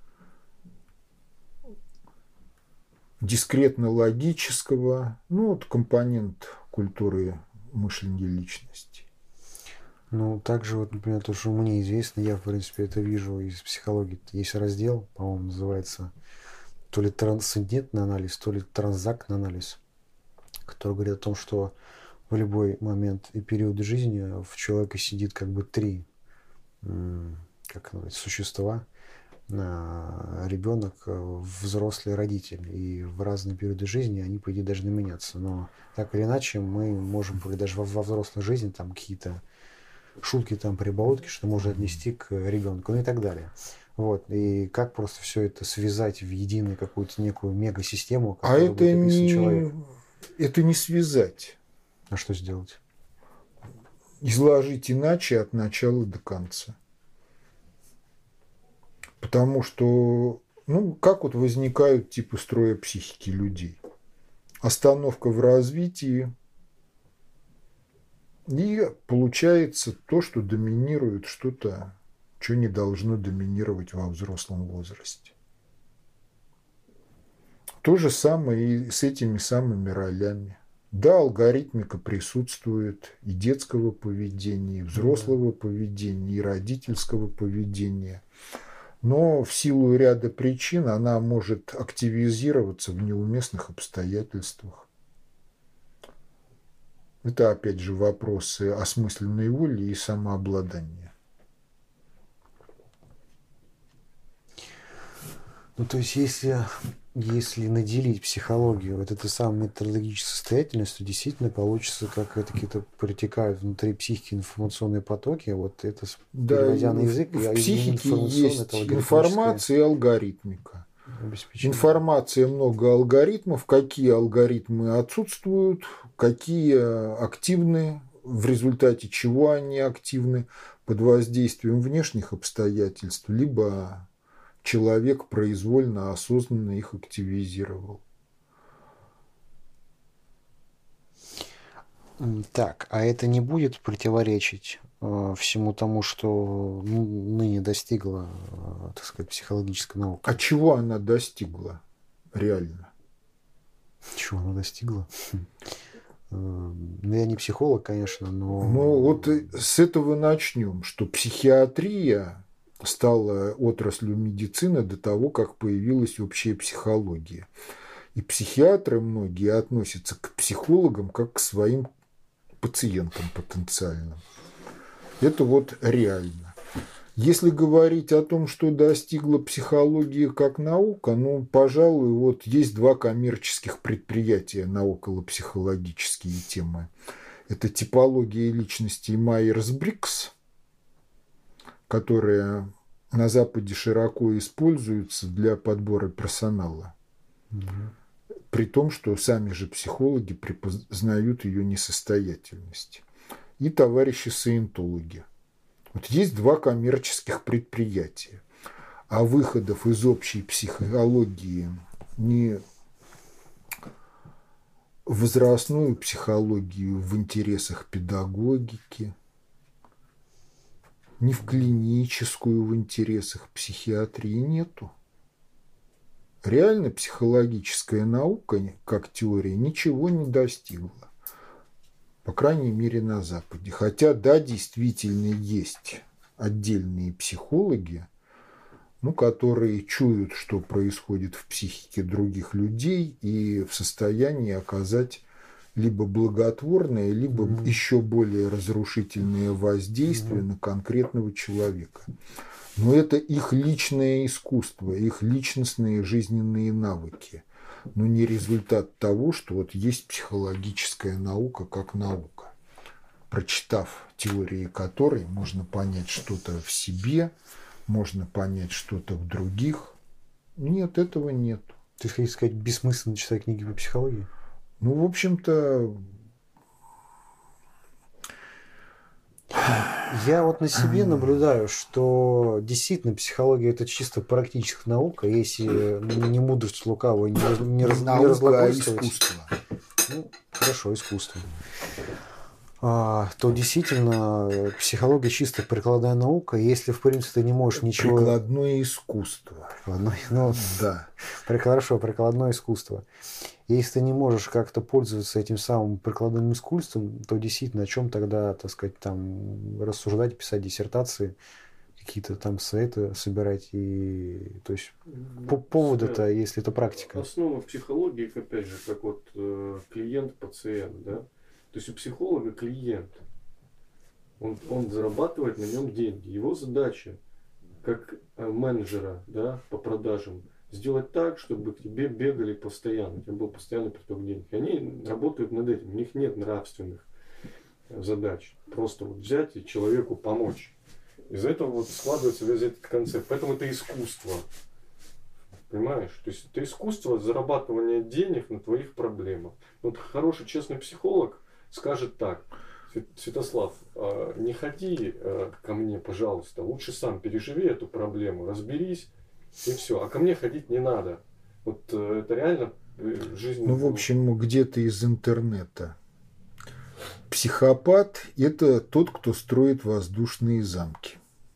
дискретно-логического, ну, вот компонент культуры мышления личности. Ну, также, вот, например, то, что мне известно, я, в принципе, это вижу из психологии. Есть раздел, по-моему, называется то ли трансцендентный анализ, то ли транзактный анализ, который говорит о том, что в любой момент и период жизни в человеке сидит как бы три как называется, существа, ребенок, взрослый родитель. И в разные периоды жизни они, по идее, должны меняться. Но так или иначе мы можем даже во, во взрослой жизни там какие-то шутки, там, прибаутки, что можно отнести к ребенку, ну и так далее. Вот. И как просто все это связать в единую какую-то некую мега-систему, а это не, человек. Это не связать. А что сделать? Изложить иначе от начала до конца. Потому что, ну, как вот возникают типы строя психики людей? Остановка в развитии, и получается то, что доминирует что-то, что не должно доминировать во взрослом возрасте. То же самое и с этими самыми ролями. Да, алгоритмика присутствует и детского поведения, и взрослого поведения, и родительского поведения. Но в силу ряда причин она может активизироваться в неуместных обстоятельствах. Это, опять же, вопросы осмысленной воли и самообладания. Ну, то есть, если, если наделить психологию вот этой самой методологической состоятельностью, действительно получится, как это какие-то протекают внутри психики информационные потоки, вот это, да, переводя на язык, в психике есть информация и алгоритмика. Информация, много алгоритмов, какие алгоритмы отсутствуют, какие активны, в результате чего они активны, под воздействием внешних обстоятельств, либо человек произвольно, осознанно их активизировал. Так, а это не будет противоречить э, всему тому, что ну, ныне достигла, э, так сказать, психологическая наука? А чего она достигла реально? Чего она достигла? Ну, я не психолог, конечно, но... Ну, вот с этого начнем, что психиатрия стала отраслью медицины до того, как появилась общая психология. И психиатры многие относятся к психологам как к своим пациентам потенциальным. Это вот реально. Если говорить о том, что достигла психология как наука, ну, пожалуй, вот есть два коммерческих предприятия на околопсихологические темы. Это типология личности Майерс-Бриггс, которая на Западе широко используется для подбора персонала. Угу. При том, что сами же психологи припознают ее несостоятельность. И товарищи-саентологи. Вот есть два коммерческих предприятия. А выходов из общей психологии ни в возрастную психологию в интересах педагогики, ни в клиническую в интересах психиатрии нету. Реально психологическая наука, как теория, ничего не достигла. По крайней мере, на Западе. Хотя, да, действительно есть отдельные психологи, ну, которые чуют, что происходит в психике других людей и в состоянии оказать либо благотворное, либо mm-hmm. еще более разрушительное воздействие mm-hmm. на конкретного человека. Но это их личное искусство, их личностные жизненные навыки, но не результат того, что вот есть психологическая наука как наука, прочитав теории которой можно понять что-то в себе, можно понять что-то в других. Нет, этого нет. Ты хотел сказать, бессмысленно читать книги по психологии? Ну, в общем-то... Я вот на себе наблюдаю, что действительно психология это чисто практическая наука, если не мудрость лукавого, не, не, раз, не разглагольствовать. Искусство. Ну, хорошо, искусство. А, то действительно психология чисто прикладная наука. Если, в принципе, ты не можешь ничего... Прикладное искусство. Прикладное, ну, да. Хорошо, прикладное искусство. Если ты не можешь как-то пользоваться этим самым прикладным искусством, то действительно о чем тогда, так сказать, там рассуждать, писать диссертации, какие-то там советы собирать и, то есть по поводу-то, если это практика. Основа психологии, опять же, как вот клиент-пациент, да. То есть у психолога клиент. Он, он зарабатывает на нем деньги. Его задача, как менеджера, да, по продажам, сделать так, чтобы к тебе бегали постоянно, у тебя был постоянный приток денег. И они работают над этим. У них нет нравственных задач. Просто вот взять и человеку помочь. Из этого вот складывается весь этот концепт. Поэтому это искусство. Понимаешь? То есть это искусство зарабатывания денег на твоих проблемах. Вот хороший, честный психолог скажет так: Святослав, не ходи ко мне, пожалуйста, лучше сам переживи эту проблему, разберись, и все. А ко мне ходить не надо. Вот это реально жизнь. Ну, в общем, где-то из интернета. Психопат – это тот, кто строит воздушные замки.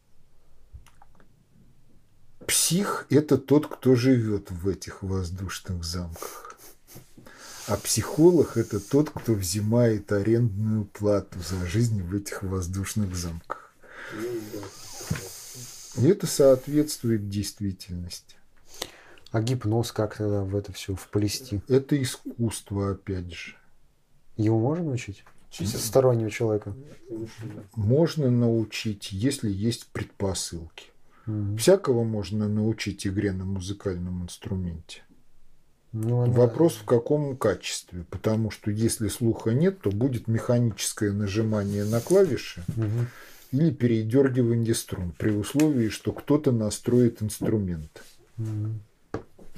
Псих – это тот, кто живет в этих воздушных замках. А психолог – это тот, кто взимает арендную плату за жизнь в этих воздушных замках. И это соответствует действительности. А гипноз как тогда в это все вплести? Это искусство, опять же. Его можно научить? Стороннего человека? Можно научить, если есть предпосылки. Угу. Всякого можно научить игре на музыкальном инструменте. Ну, она... Вопрос в каком качестве. Потому что если слуха нет, то будет механическое нажимание на клавиши угу. или передергивание струн, при условии, что кто-то настроит инструмент. Угу.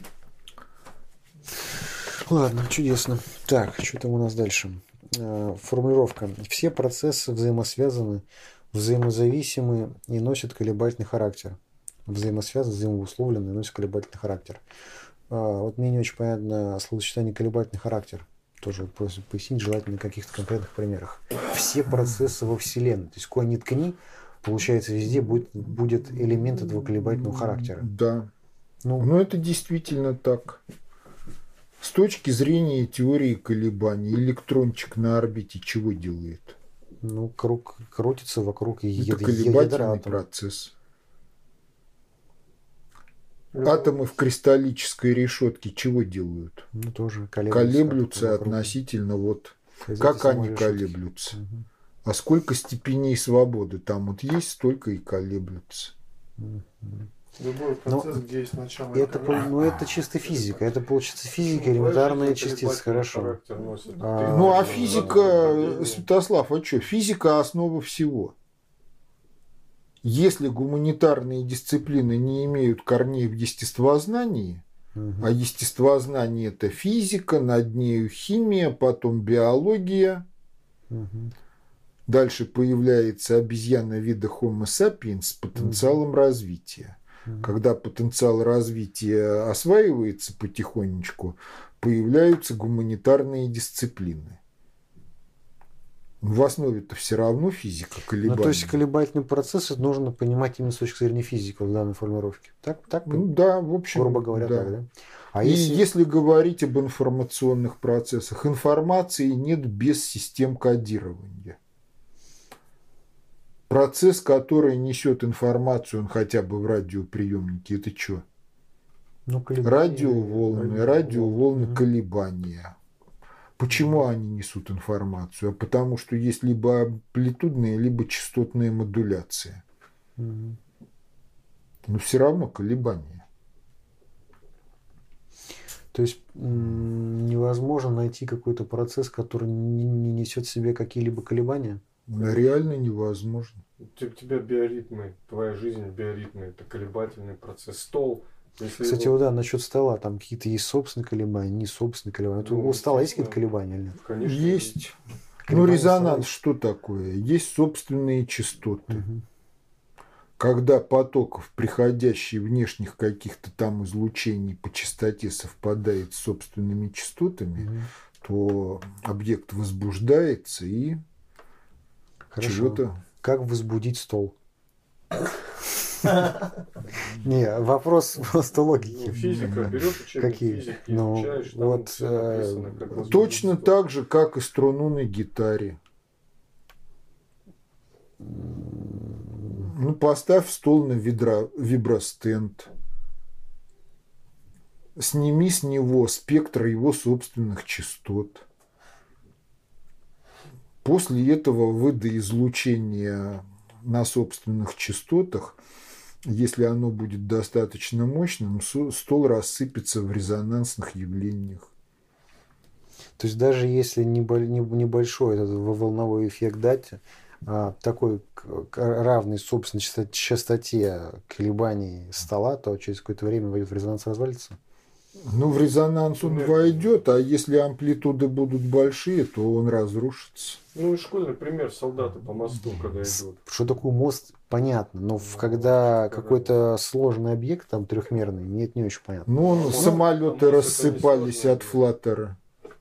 Ладно, чудесно. Так, что там у нас дальше? Формулировка. Все процессы взаимосвязаны, взаимозависимы и носят колебательный характер. Взаимосвязаны, взаимоусловлены и носят колебательный характер. Вот мне не очень понятно словосочетание колебательный характер. Тоже просят пояснить, желательно на каких-то конкретных примерах. Все процессы во Вселенной. То есть, куда ни ткни, получается, везде будет, будет элемент этого колебательного характера. Да. Ну, Но это действительно так. С точки зрения теории колебаний, электрончик на орбите чего делает? Ну, круг крутится вокруг Это ядра колебательный атома. процесс. Атомы в кристаллической решетке чего делают? Ну, тоже колеблются, Колеблются вокруг. относительно вот... Из Как этой они самой решетки. колеблются? Угу. А сколько степеней свободы там вот есть, столько и колеблются. Угу. Любой Но процесс, где есть начало и Это, конец. ну, это чисто физика. Это получится физика, Ну, элементарные жизнь частицы. колебательный Хорошо. характер носит. А, Ты- Ну а да, физика, Святослав, а что? Физика – основа всего. Если гуманитарные дисциплины не имеют корней в естествознании, Мгм. а естествознание – это физика, над нею химия, потом биология, Мгм. дальше появляется обезьяна вида Homo sapiens с потенциалом развития. Мгм. Когда потенциал развития осваивается потихонечку, появляются гуманитарные дисциплины. В основе-то все равно физика, колебания. Ну, то есть колебательный процесс это нужно понимать именно с точки зрения физики в данной формулировке. Так, так Ну да, в общем, грубо говоря, да. так, да? А И если... если говорить об информационных процессах, информации нет без систем кодирования. Процесс, который несет информацию, он хотя бы в радиоприемнике, это что? ну, колебания- Радиоволны, радиоволны Мгм. колебания. Почему они несут информацию? А потому что есть либо амплитудная, либо частотная модуляция. Мгм. Но все равно колебания. То есть м, невозможно найти какой-то процесс, который не, не несет в себе какие-либо колебания. Реально невозможно. У тебя биоритмы, твоя жизнь биоритмы, это колебательный процесс. Стол, если Кстати, его- вот да, насчет стола, там какие-то есть собственные колебания, не собственные колебания. Вот Ну, у стола есть естественно. какие-то колебания или нет? Конечно, Есть. Ну, Колебания резонанс стола что такое? Есть собственные частоты. Мгм. Когда потоков, приходящих внешних каких-то там излучений по частоте совпадает с собственными частотами, Мгм. то объект возбуждается и Хорошо. чего-то... Как возбудить стол? Не, вопрос просто Ну, логики. физика, берешь учебник Какие? физики, Ну, изучаешь, там вот, всё э, написано, как возбудить Точно стол. так же, как и струну на гитаре. Ну, поставь стол на ведра, вибростенд. Сними с него спектр его собственных частот. После этого видоизлучения на собственных частотах, если оно будет достаточно мощным, стол рассыпется в резонансных явлениях. То есть даже если небольшой этот волновой эффект дать, такой равный, собственно, частоте колебаний стола, то через какое-то время войдет в резонанс, развалится? Ну, в резонанс он войдет, а если амплитуды будут большие, то он разрушится. Ну и школьный пример: солдаты по мосту, когда идут. Что такое мост, понятно, но ну, когда какой-то сложный объект, там трехмерный, мне это не очень понятно. Ну, ну самолеты рассыпались от флаттера.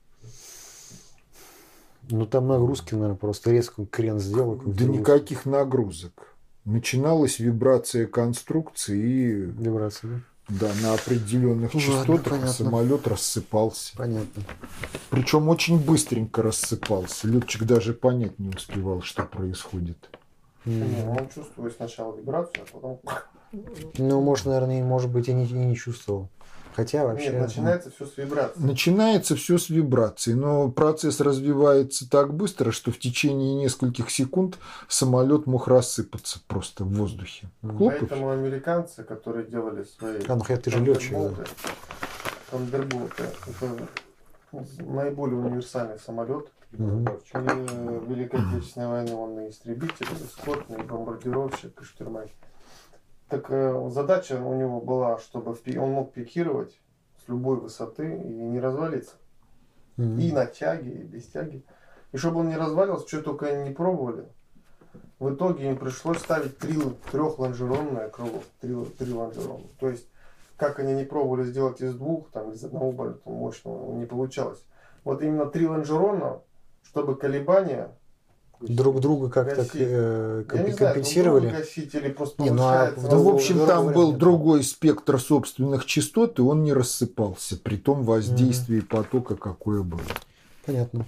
Ну там нагрузки, наверное, просто резко крен сделал. Да никаких нагрузок. Начиналась вибрация конструкции и... Вибрация, да? Да, на определенных ну, частотах ладно, самолет рассыпался. Понятно. Причем очень быстренько рассыпался. Летчик даже понять не успевал, что происходит. Mm. Он чувствует сначала вибрацию, а потом... Ну, может, наверное, может быть, и не, и не чувствовал. Хотя вообще... Нет, начинается все с вибрации. Начинается все с вибрации, но процесс развивается так быстро, что в течение нескольких секунд самолет мог рассыпаться просто в воздухе. Поэтому американцы, которые делали свои... А, ну хотя ты же летчик, да. Тандерболты, это наиболее универсальный самолет. Угу. При Великой Отечественной войне он и истребитель, и эскортный, и бомбардировщик, и штурмовик. Так э, задача у него была, чтобы в, он мог пикировать с любой высоты и не развалиться. Mm-hmm. И на тяге, и без тяги. И чтобы он не развалился, что только они не пробовали. В итоге им пришлось ставить три, трехлонжеронное крыло. Три, три лонжерона. То есть, как они не пробовали сделать из двух, там, из одного более мощного, не получалось. Вот именно три лонжерона, чтобы колебания... Друг друга как-то э, компенсировали. Знаю, или просто не, ну, а, ну, в общем, там был другой спектр собственных частот, и он не рассыпался при том воздействии mm-hmm. потока, какое было. Понятно.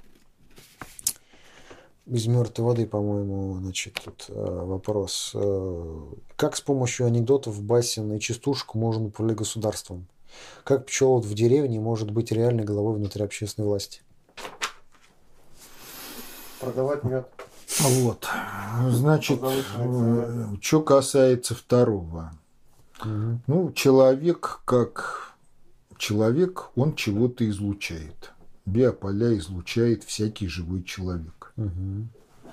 Из мертвой воды, по-моему, значит, тут э, вопрос. Э, как с помощью анекдотов, басен и частушек можно управлять государством? Как пчеловод в деревне может быть реальной главой внутри общественной власти? Продавать мед. Вот. Значит, что касается второго. Угу. Ну, человек как человек, он чего-то излучает. Биополя излучает всякий живой человек. Угу.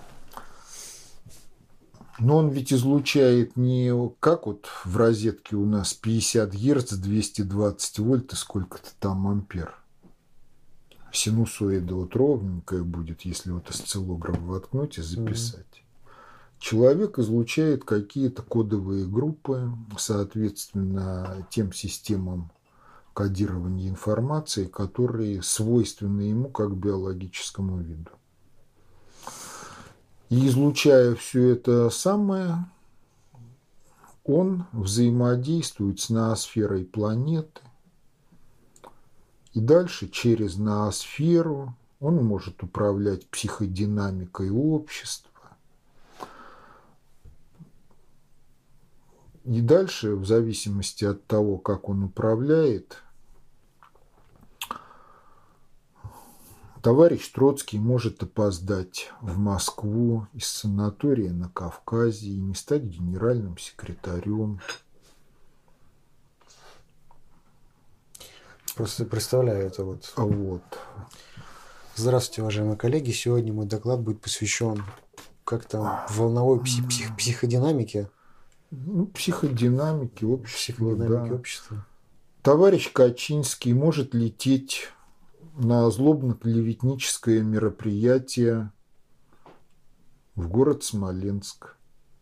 Но он ведь излучает не как вот в розетке у нас пятьдесят герц, двести двадцать вольт и сколько-то там ампер. Синусоида вот ровненькая будет, если вот осциллограф воткнуть и записать. Mm-hmm. Человек излучает какие-то кодовые группы, соответственно, тем системам кодирования информации, которые свойственны ему как биологическому виду. И излучая все это самое, он взаимодействует с ноосферой планеты. И дальше через ноосферу он может управлять психодинамикой общества. И дальше, в зависимости от того, как он управляет, товарищ Троцкий может опоздать в Москву из санатория на Кавказе и не стать генеральным секретарем. Просто представляю это вот. Вот. Здравствуйте, уважаемые коллеги. Сегодня мой доклад будет посвящен как там волновой псих, псих, психодинамике. Ну, психодинамике общества. Психодинамике да. общества. Товарищ Качинский может лететь на злобно-клеветническое мероприятие в город Смоленск.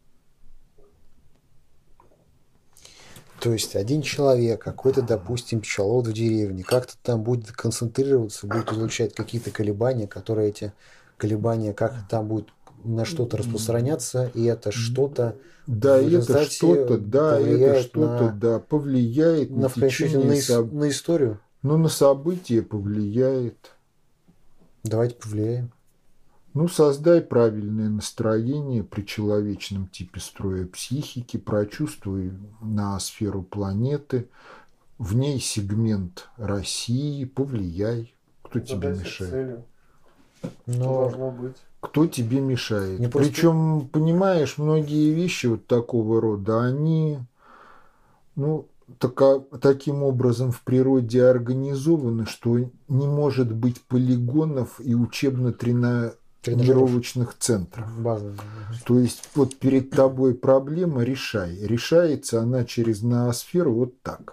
То есть один человек, какой-то, допустим, пчеловод в деревне, как-то там будет концентрироваться, будет излучать какие-то колебания, которые эти колебания как-то там будут на что-то распространяться, и это что-то да, это что-то, да, это что-то, на, да, повлияет на, на течение на, соб... на историю. Ну, на события повлияет. Давайте повлияем. Ну, создай правильное настроение при человечном типе строя психики, прочувствуй ноосферу планеты, в ней сегмент России, повлияй. Кто тебе мешает? Целью. Но должно быть. Кто тебе мешает? Не просто- Причем, понимаешь, многие вещи вот такого рода, они, ну, така- таким образом в природе организованы, что не может быть полигонов и учебно-тренировочных центров. Базовый. То есть вот перед тобой проблема, решай. Решается она через ноосферу вот так.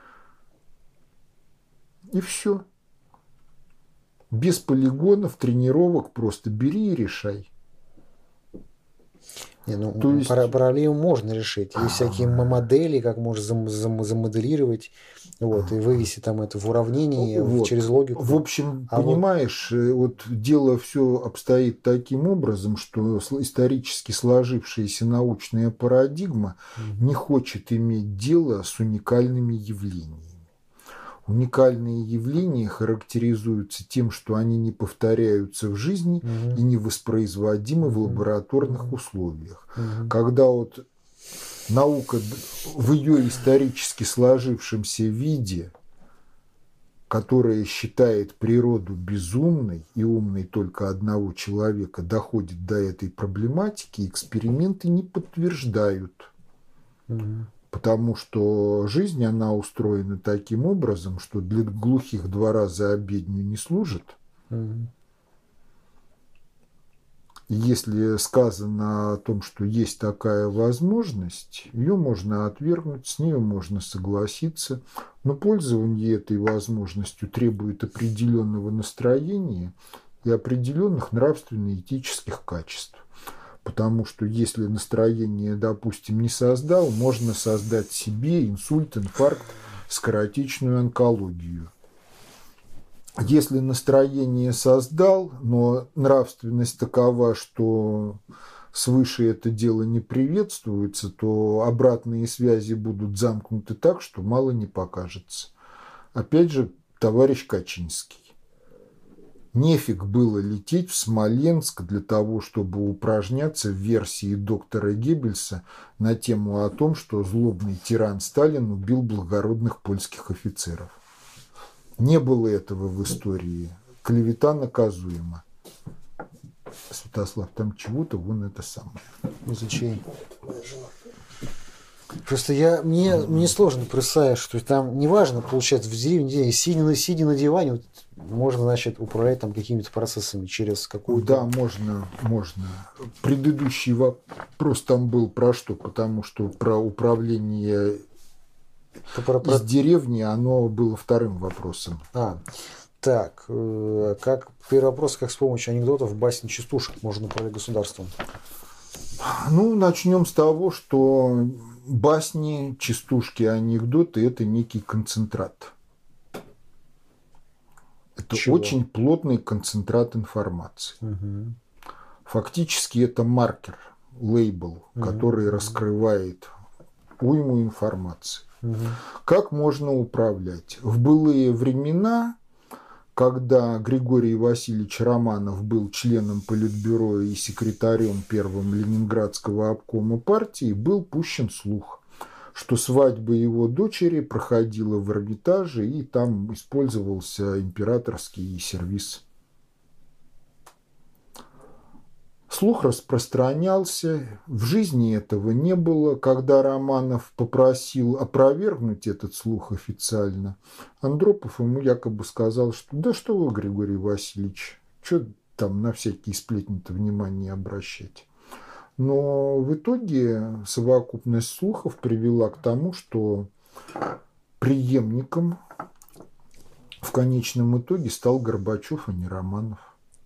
И все. Без полигонов, тренировок, просто бери и решай. Не, ну, То есть- пара- проблему можно решить. Есть всякие м- модели, как можно зам- зам- замоделировать, вот, и вывести там это в уравнение в- Вот. через логику. В общем, А вот- понимаешь, э, вот дело все обстоит таким образом, что сл- исторически сложившаяся научная парадигма Мгм. не хочет иметь дело с уникальными явлениями. Уникальные явления характеризуются тем, что они не повторяются в жизни Мгм. и не воспроизводимы в Мгм. лабораторных Мгм. условиях. Мгм. Когда вот наука д- в ее исторически сложившемся виде, которая считает природу безумной и умной только одного человека, доходит до этой проблематики, эксперименты не подтверждают. Мгм. Потому что жизнь, она устроена таким образом, что для глухих два раза обедню не служит. Мгм. И если сказано о том, что есть такая возможность, ее можно отвергнуть, с ней можно согласиться, но пользование этой возможностью требует определенного настроения и определенных нравственно-этических качеств. Потому что если настроение, допустим, не создал, можно создать себе инсульт, инфаркт, скоротечную онкологию. Если настроение создал, но нравственность такова, что свыше это дело не приветствуется, то обратные связи будут замкнуты так, что мало не покажется. Опять же, товарищ Качинский. Нефиг было лететь в Смоленск для того, чтобы упражняться в версии доктора Геббельса на тему о том, что злобный тиран Сталин убил благородных польских офицеров. Не было этого в истории. Клевета наказуема. Святослав, там чего-то вон это самое. Изучай. Просто я, мне, мне сложно представить, что там неважно, получается, в деревне, сидя на, сидя на диване, вот, можно, значит, управлять там какими-то процессами через какую-то... Да, можно, можно. Предыдущий вопрос там был про что? Потому что про управление Про- про- из деревни, оно было вторым вопросом. А, так, э, как первый вопрос, как с помощью анекдотов, басен, частушек можно управлять государством? Ну, начнем с того, что басни, частушки, анекдоты – это некий концентрат. Это Чего? очень плотный концентрат информации. Угу. Фактически это маркер, лейбл, Мгм. который раскрывает уйму информации. Угу. Как можно управлять? В былые времена, когда Григорий Васильевич Романов был членом Политбюро и секретарем первого Ленинградского обкома партии, был пущен слух, что свадьба его дочери проходила в Эрмитаже, и там использовался императорский сервиз. Слух распространялся, в жизни этого не было. Когда Романов попросил опровергнуть этот слух официально, Андропов ему якобы сказал, что да что вы, Григорий Васильевич, что там на всякие сплетни-то внимание обращать. Но в итоге совокупность слухов привела к тому, что преемником в конечном итоге стал Горбачев, а не Романов.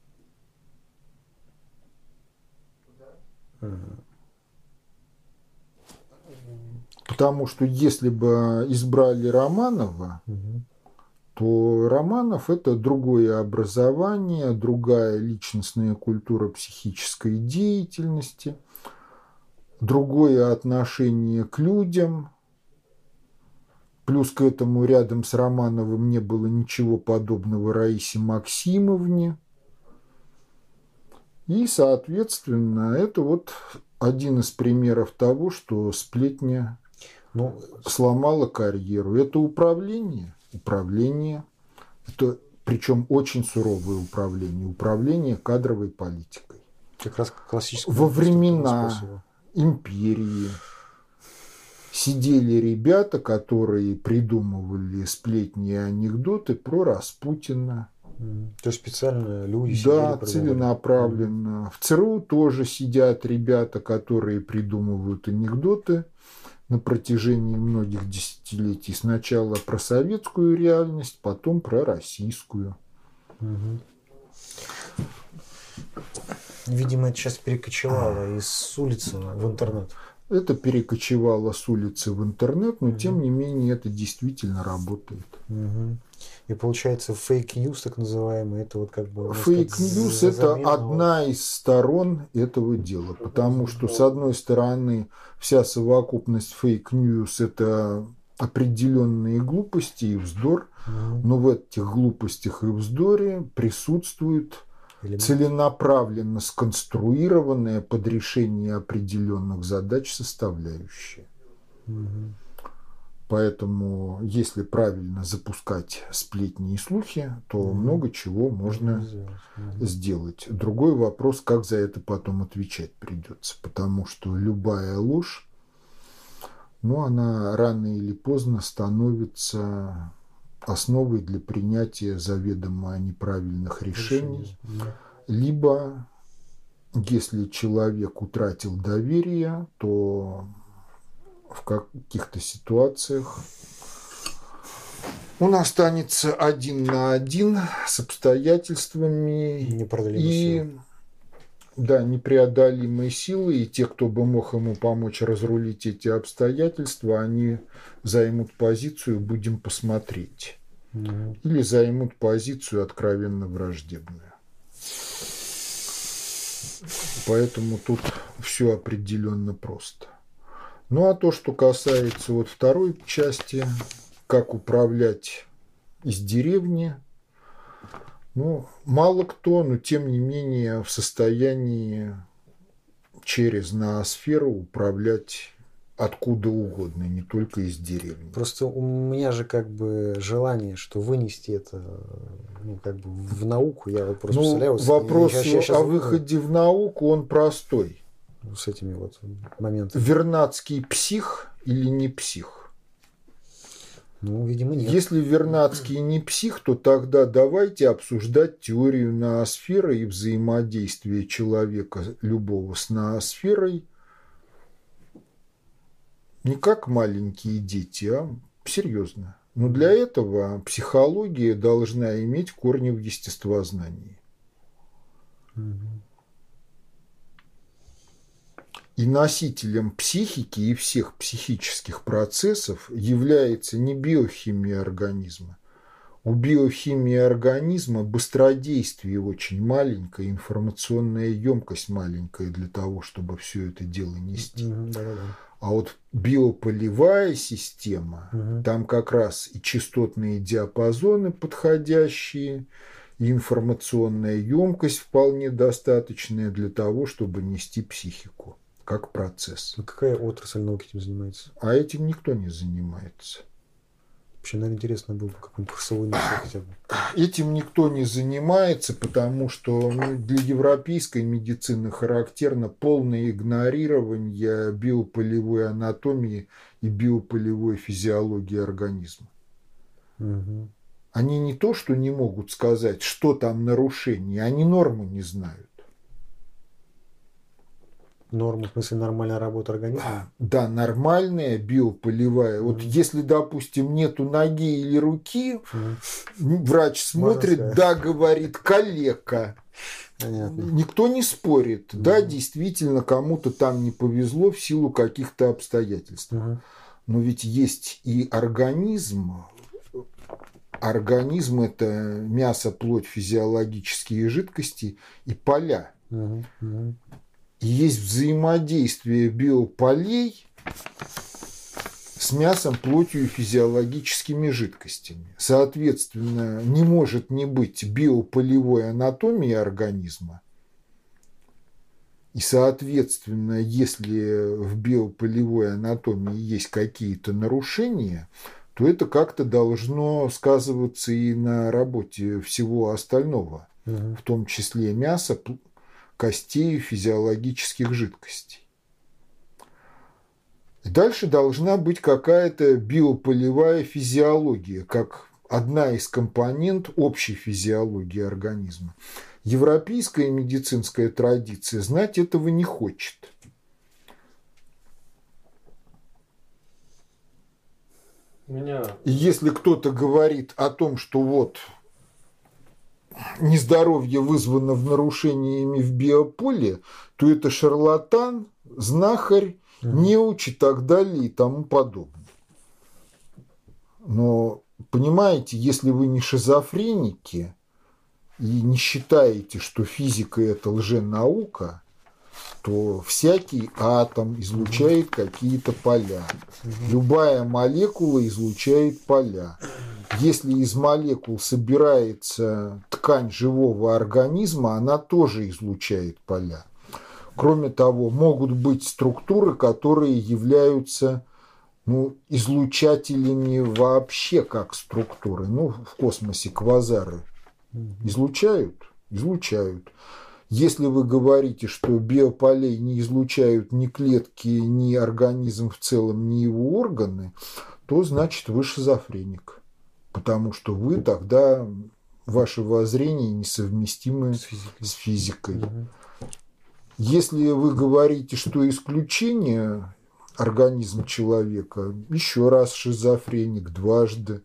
Потому что если бы избрали Романова, Угу. то Романов – это другое образование, другая личностная культура психической деятельности, другое отношение к людям. Плюс к этому рядом с Романовым не было ничего подобного Раисе Максимовне. И, соответственно, это вот один из примеров того, что сплетня Ну, сломала карьеру. Это управление. Управление. Это, причем очень суровое управление. Управление кадровой политикой. Как раз классическое. Во времена империи сидели ребята, которые придумывали сплетни и анекдоты про Распутина. То есть специально люди сидели, Да, продумывали. целенаправленно. В ЦРУ тоже сидят ребята, которые придумывают анекдоты на протяжении многих десятилетий. Сначала про советскую реальность, потом про российскую. Угу. Видимо, это сейчас перекочевало из улицы в интернет. Это перекочевало с улицы в интернет, но угу. тем не менее это действительно работает. Угу. И получается фейк-ньюс, так называемый, это вот как бы... Фейк-ньюс – это одна из сторон этого дела, потому что, с одной стороны, вся совокупность фейк-ньюс – это определенные глупости и вздор, угу. но в этих глупостях и вздоре присутствует элемент, целенаправленно сконструированная под решение определенных задач составляющая. Угу. Поэтому, если правильно запускать сплетни и слухи, то mm-hmm. много чего можно mm-hmm. сделать. Другой вопрос, как за это потом отвечать придется. Потому что любая ложь, ну, она рано или поздно становится основой для принятия заведомо неправильных решений. Mm-hmm. Либо, если человек утратил доверие, то... в каких-то ситуациях он останется один на один с обстоятельствами и да, непреодолимой силы, и те, кто бы мог ему помочь разрулить эти обстоятельства, они займут позицию «будем посмотреть» mm-hmm. или займут позицию откровенно враждебную. Поэтому тут все определенно просто. Ну, а то, что касается вот второй части, как управлять из деревни, ну, мало кто, но тем не менее в состоянии через ноосферу управлять откуда угодно, не только из деревни. Просто у меня же как бы желание, что вынести это, ну, как бы в науку, я вот просто ну, представляю. Вопрос я, я, я о выходе в науку, он простой. С этими вот моментами. Вернадский псих или не псих? Ну, видимо, нет. Если Вернадский не псих, то тогда давайте обсуждать теорию ноосферы и взаимодействие человека любого с ноосферой не как маленькие дети, а серьезно. Но для этого психология должна иметь корни в естествознании. И носителем психики и всех психических процессов является не биохимия организма. У биохимии организма быстродействие очень маленькое, информационная емкость маленькая для того, чтобы все это дело нести. Mm-hmm, да-да-да. А вот биополевая система, mm-hmm. там как раз и частотные диапазоны подходящие, и информационная емкость вполне достаточная для того, чтобы нести психику. Как процесс. А какая отрасль науки этим занимается? А этим никто не занимается. Вообще, наверное, интересно было бы какой-нибудь курсовой носок хотя бы. Этим никто не занимается, потому что ну, для европейской медицины характерно полное игнорирование биополевой анатомии и биополевой физиологии организма. Угу. Они не то, что не могут сказать, что там нарушение, они норму не знают. Норму, в смысле, нормальная работа организма? Да, нормальная биополевая. Mm-hmm. Вот если, допустим, нету ноги или руки, mm-hmm. врач смотрит, да, говорит, калека. Понятно. Никто не спорит. Mm-hmm. Да, действительно, кому-то там не повезло в силу каких-то обстоятельств. Mm-hmm. Но ведь есть и организм. Организм – это мясо, плоть, физиологические жидкости и поля. Mm-hmm. Mm-hmm. И есть взаимодействие биополей с мясом, плотью и физиологическими жидкостями. Соответственно, не может не быть биополевой анатомии организма. И, соответственно, если в биополевой анатомии есть какие-то нарушения, то это как-то должно сказываться и на работе всего остального, угу. в том числе мяса, костей физиологических жидкостей. И дальше должна быть какая-то биополевая физиология, как одна из компонент общей физиологии организма. Европейская медицинская традиция знать этого не хочет. Меня... И если кто-то говорит о том, что вот нездоровье вызвано в нарушениями в биополе, то это шарлатан, знахарь, неуч и так далее и тому подобное. Но, понимаете, если вы не шизофреники и не считаете, что физика – это лженаука, то всякий атом излучает какие-то поля. Любая молекула излучает поля. Если из молекул собирается ткань живого организма, она тоже излучает поля. Кроме того, могут быть структуры, которые являются ну, излучателями вообще как структуры. Ну, в космосе квазары излучают? Излучают. Если вы говорите, что биополей не излучают ни клетки, ни организм в целом, ни его органы, то значит вы шизофреник. Потому что вы тогда, ваши воззрения несовместимы с физикой. С физикой. Угу. Если вы говорите, что исключение организм человека, еще раз шизофреник, дважды.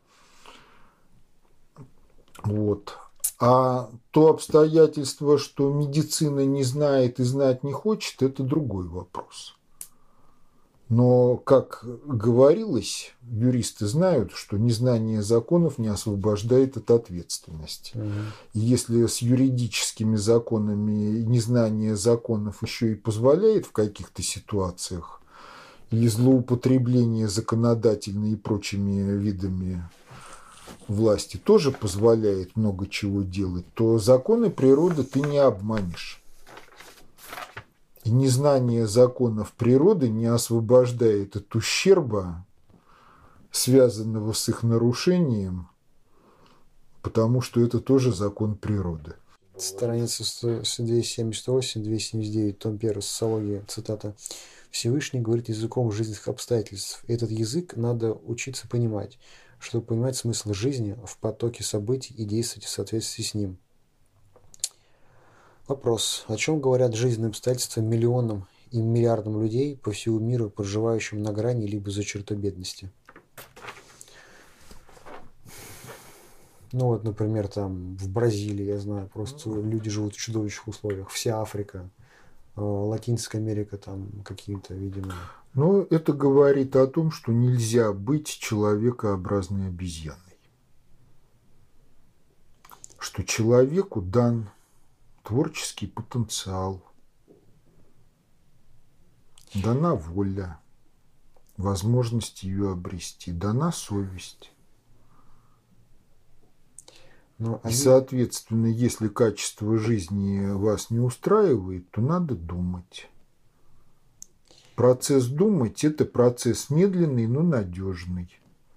Вот. А то обстоятельство, что медицина не знает и знать не хочет, это другой вопрос. Но, как говорилось, юристы знают, что незнание законов не освобождает от ответственности. Угу. И если с юридическими законами незнание законов еще и позволяет в каких-то ситуациях, и злоупотребление законодательной и прочими видами власти тоже позволяет много чего делать, то законы природы ты не обманешь. И незнание законов природы не освобождает от ущерба, связанного с их нарушением, потому что это тоже закон природы. Страница двести семьдесят восемь, двести семьдесят девять, том один, социология, цитата. Всевышний говорит языком жизненных обстоятельств. Этот язык надо учиться понимать, чтобы понимать смысл жизни в потоке событий и действовать в соответствии с ним. Вопрос. О чем говорят жизненные обстоятельства миллионам и миллиардам людей по всему миру, проживающим на грани либо за чертой бедности? Ну вот, например, там в Бразилии, я знаю, просто люди живут в чудовищных условиях. Вся Африка, Латинская Америка, там какие-то, видимо... Но это говорит о том, что нельзя быть человекообразной обезьяной. Что человеку дан творческий потенциал, дана воля, возможность ее обрести, дана совесть. Но они... И, соответственно, если качество жизни вас не устраивает, то надо думать. Процесс думать – это процесс медленный, но надежный.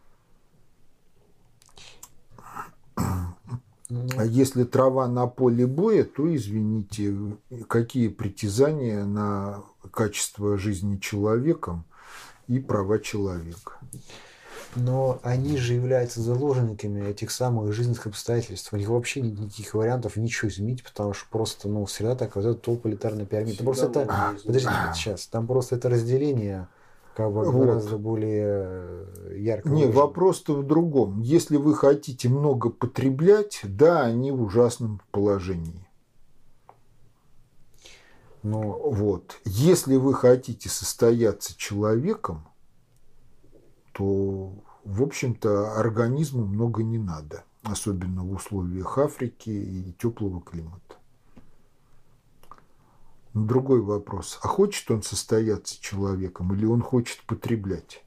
А если трава на поле боя, то, извините, какие притязания на качество жизни человеком и права человека? Но они же являются заложниками этих самых жизненных обстоятельств. У них вообще нет никаких вариантов ничего изменить, потому что просто, ну, среда такая, вот это толполитарная пирамида. Там просто это, подождите, сейчас, там просто это разделение как бы вот. Гораздо более ярко. Не, вопрос-то в другом. Если вы хотите много потреблять, да, они в ужасном положении. Но вот. Если вы хотите состояться человеком, то, в общем-то, организму много не надо, особенно в условиях Африки и теплого климата. Но другой вопрос. А хочет он состояться человеком или он хочет потреблять?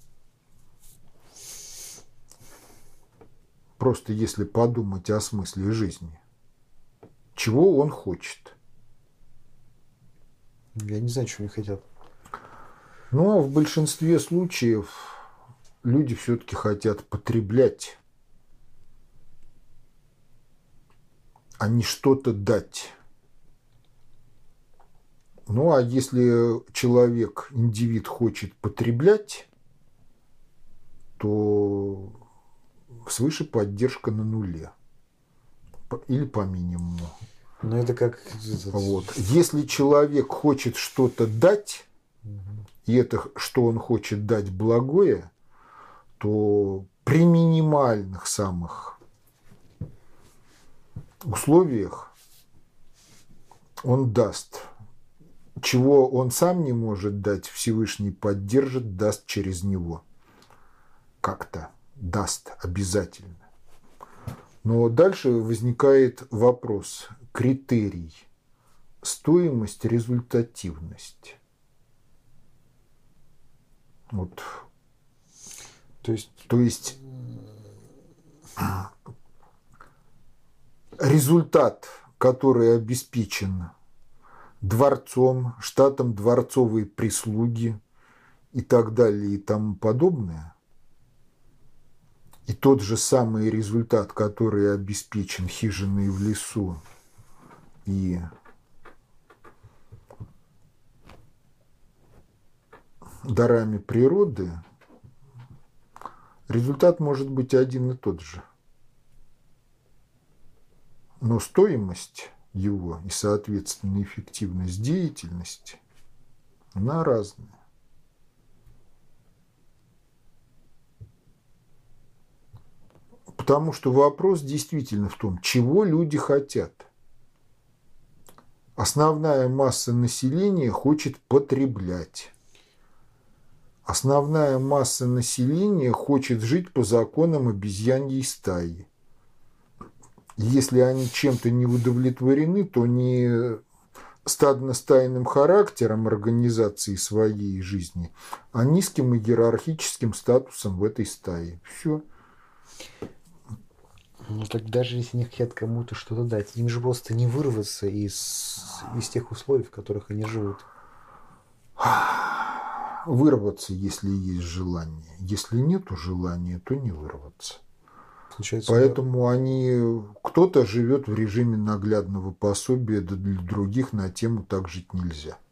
Просто если подумать о смысле жизни. Чего он хочет? Я не знаю, чего они хотят. Ну, а в большинстве случаев люди все-таки хотят потреблять, а не что-то дать. Ну, а если человек, индивид, хочет потреблять, то свыше поддержка на нуле. Или по минимуму. Ну, это как... Вот. Если человек хочет что-то дать, Угу. и это, что он хочет дать, благое, то при минимальных самых условиях он даст. Чего он сам не может дать, Всевышний поддержит, даст через него. Как-то даст обязательно. Но дальше возникает вопрос, критерий, стоимость, результативность. Вот. То есть... То есть результат, который обеспечен дворцом, штатом дворцовой прислуги и так далее и тому подобное, и тот же самый результат, который обеспечен хижиной в лесу и дарами природы, результат может быть один и тот же. Но стоимость его и, соответственно, эффективность деятельности, она разная. Потому что вопрос действительно в том, чего люди хотят. Основная масса населения хочет потреблять. Основная масса населения хочет жить по законам обезьяньей стаи. Если они чем-то не удовлетворены, то не стадно-стайным характером организации своей жизни, а низким иерархическим статусом в этой стае. Все. Ну, так даже если они хотят кому-то что-то дать, им же просто не вырваться из, из тех условий, в которых они живут. Вырваться, если есть желание. Если нету желания, то не вырваться. Получается, Поэтому они, кто-то живет в режиме наглядного пособия, да для других на тему «так жить нельзя».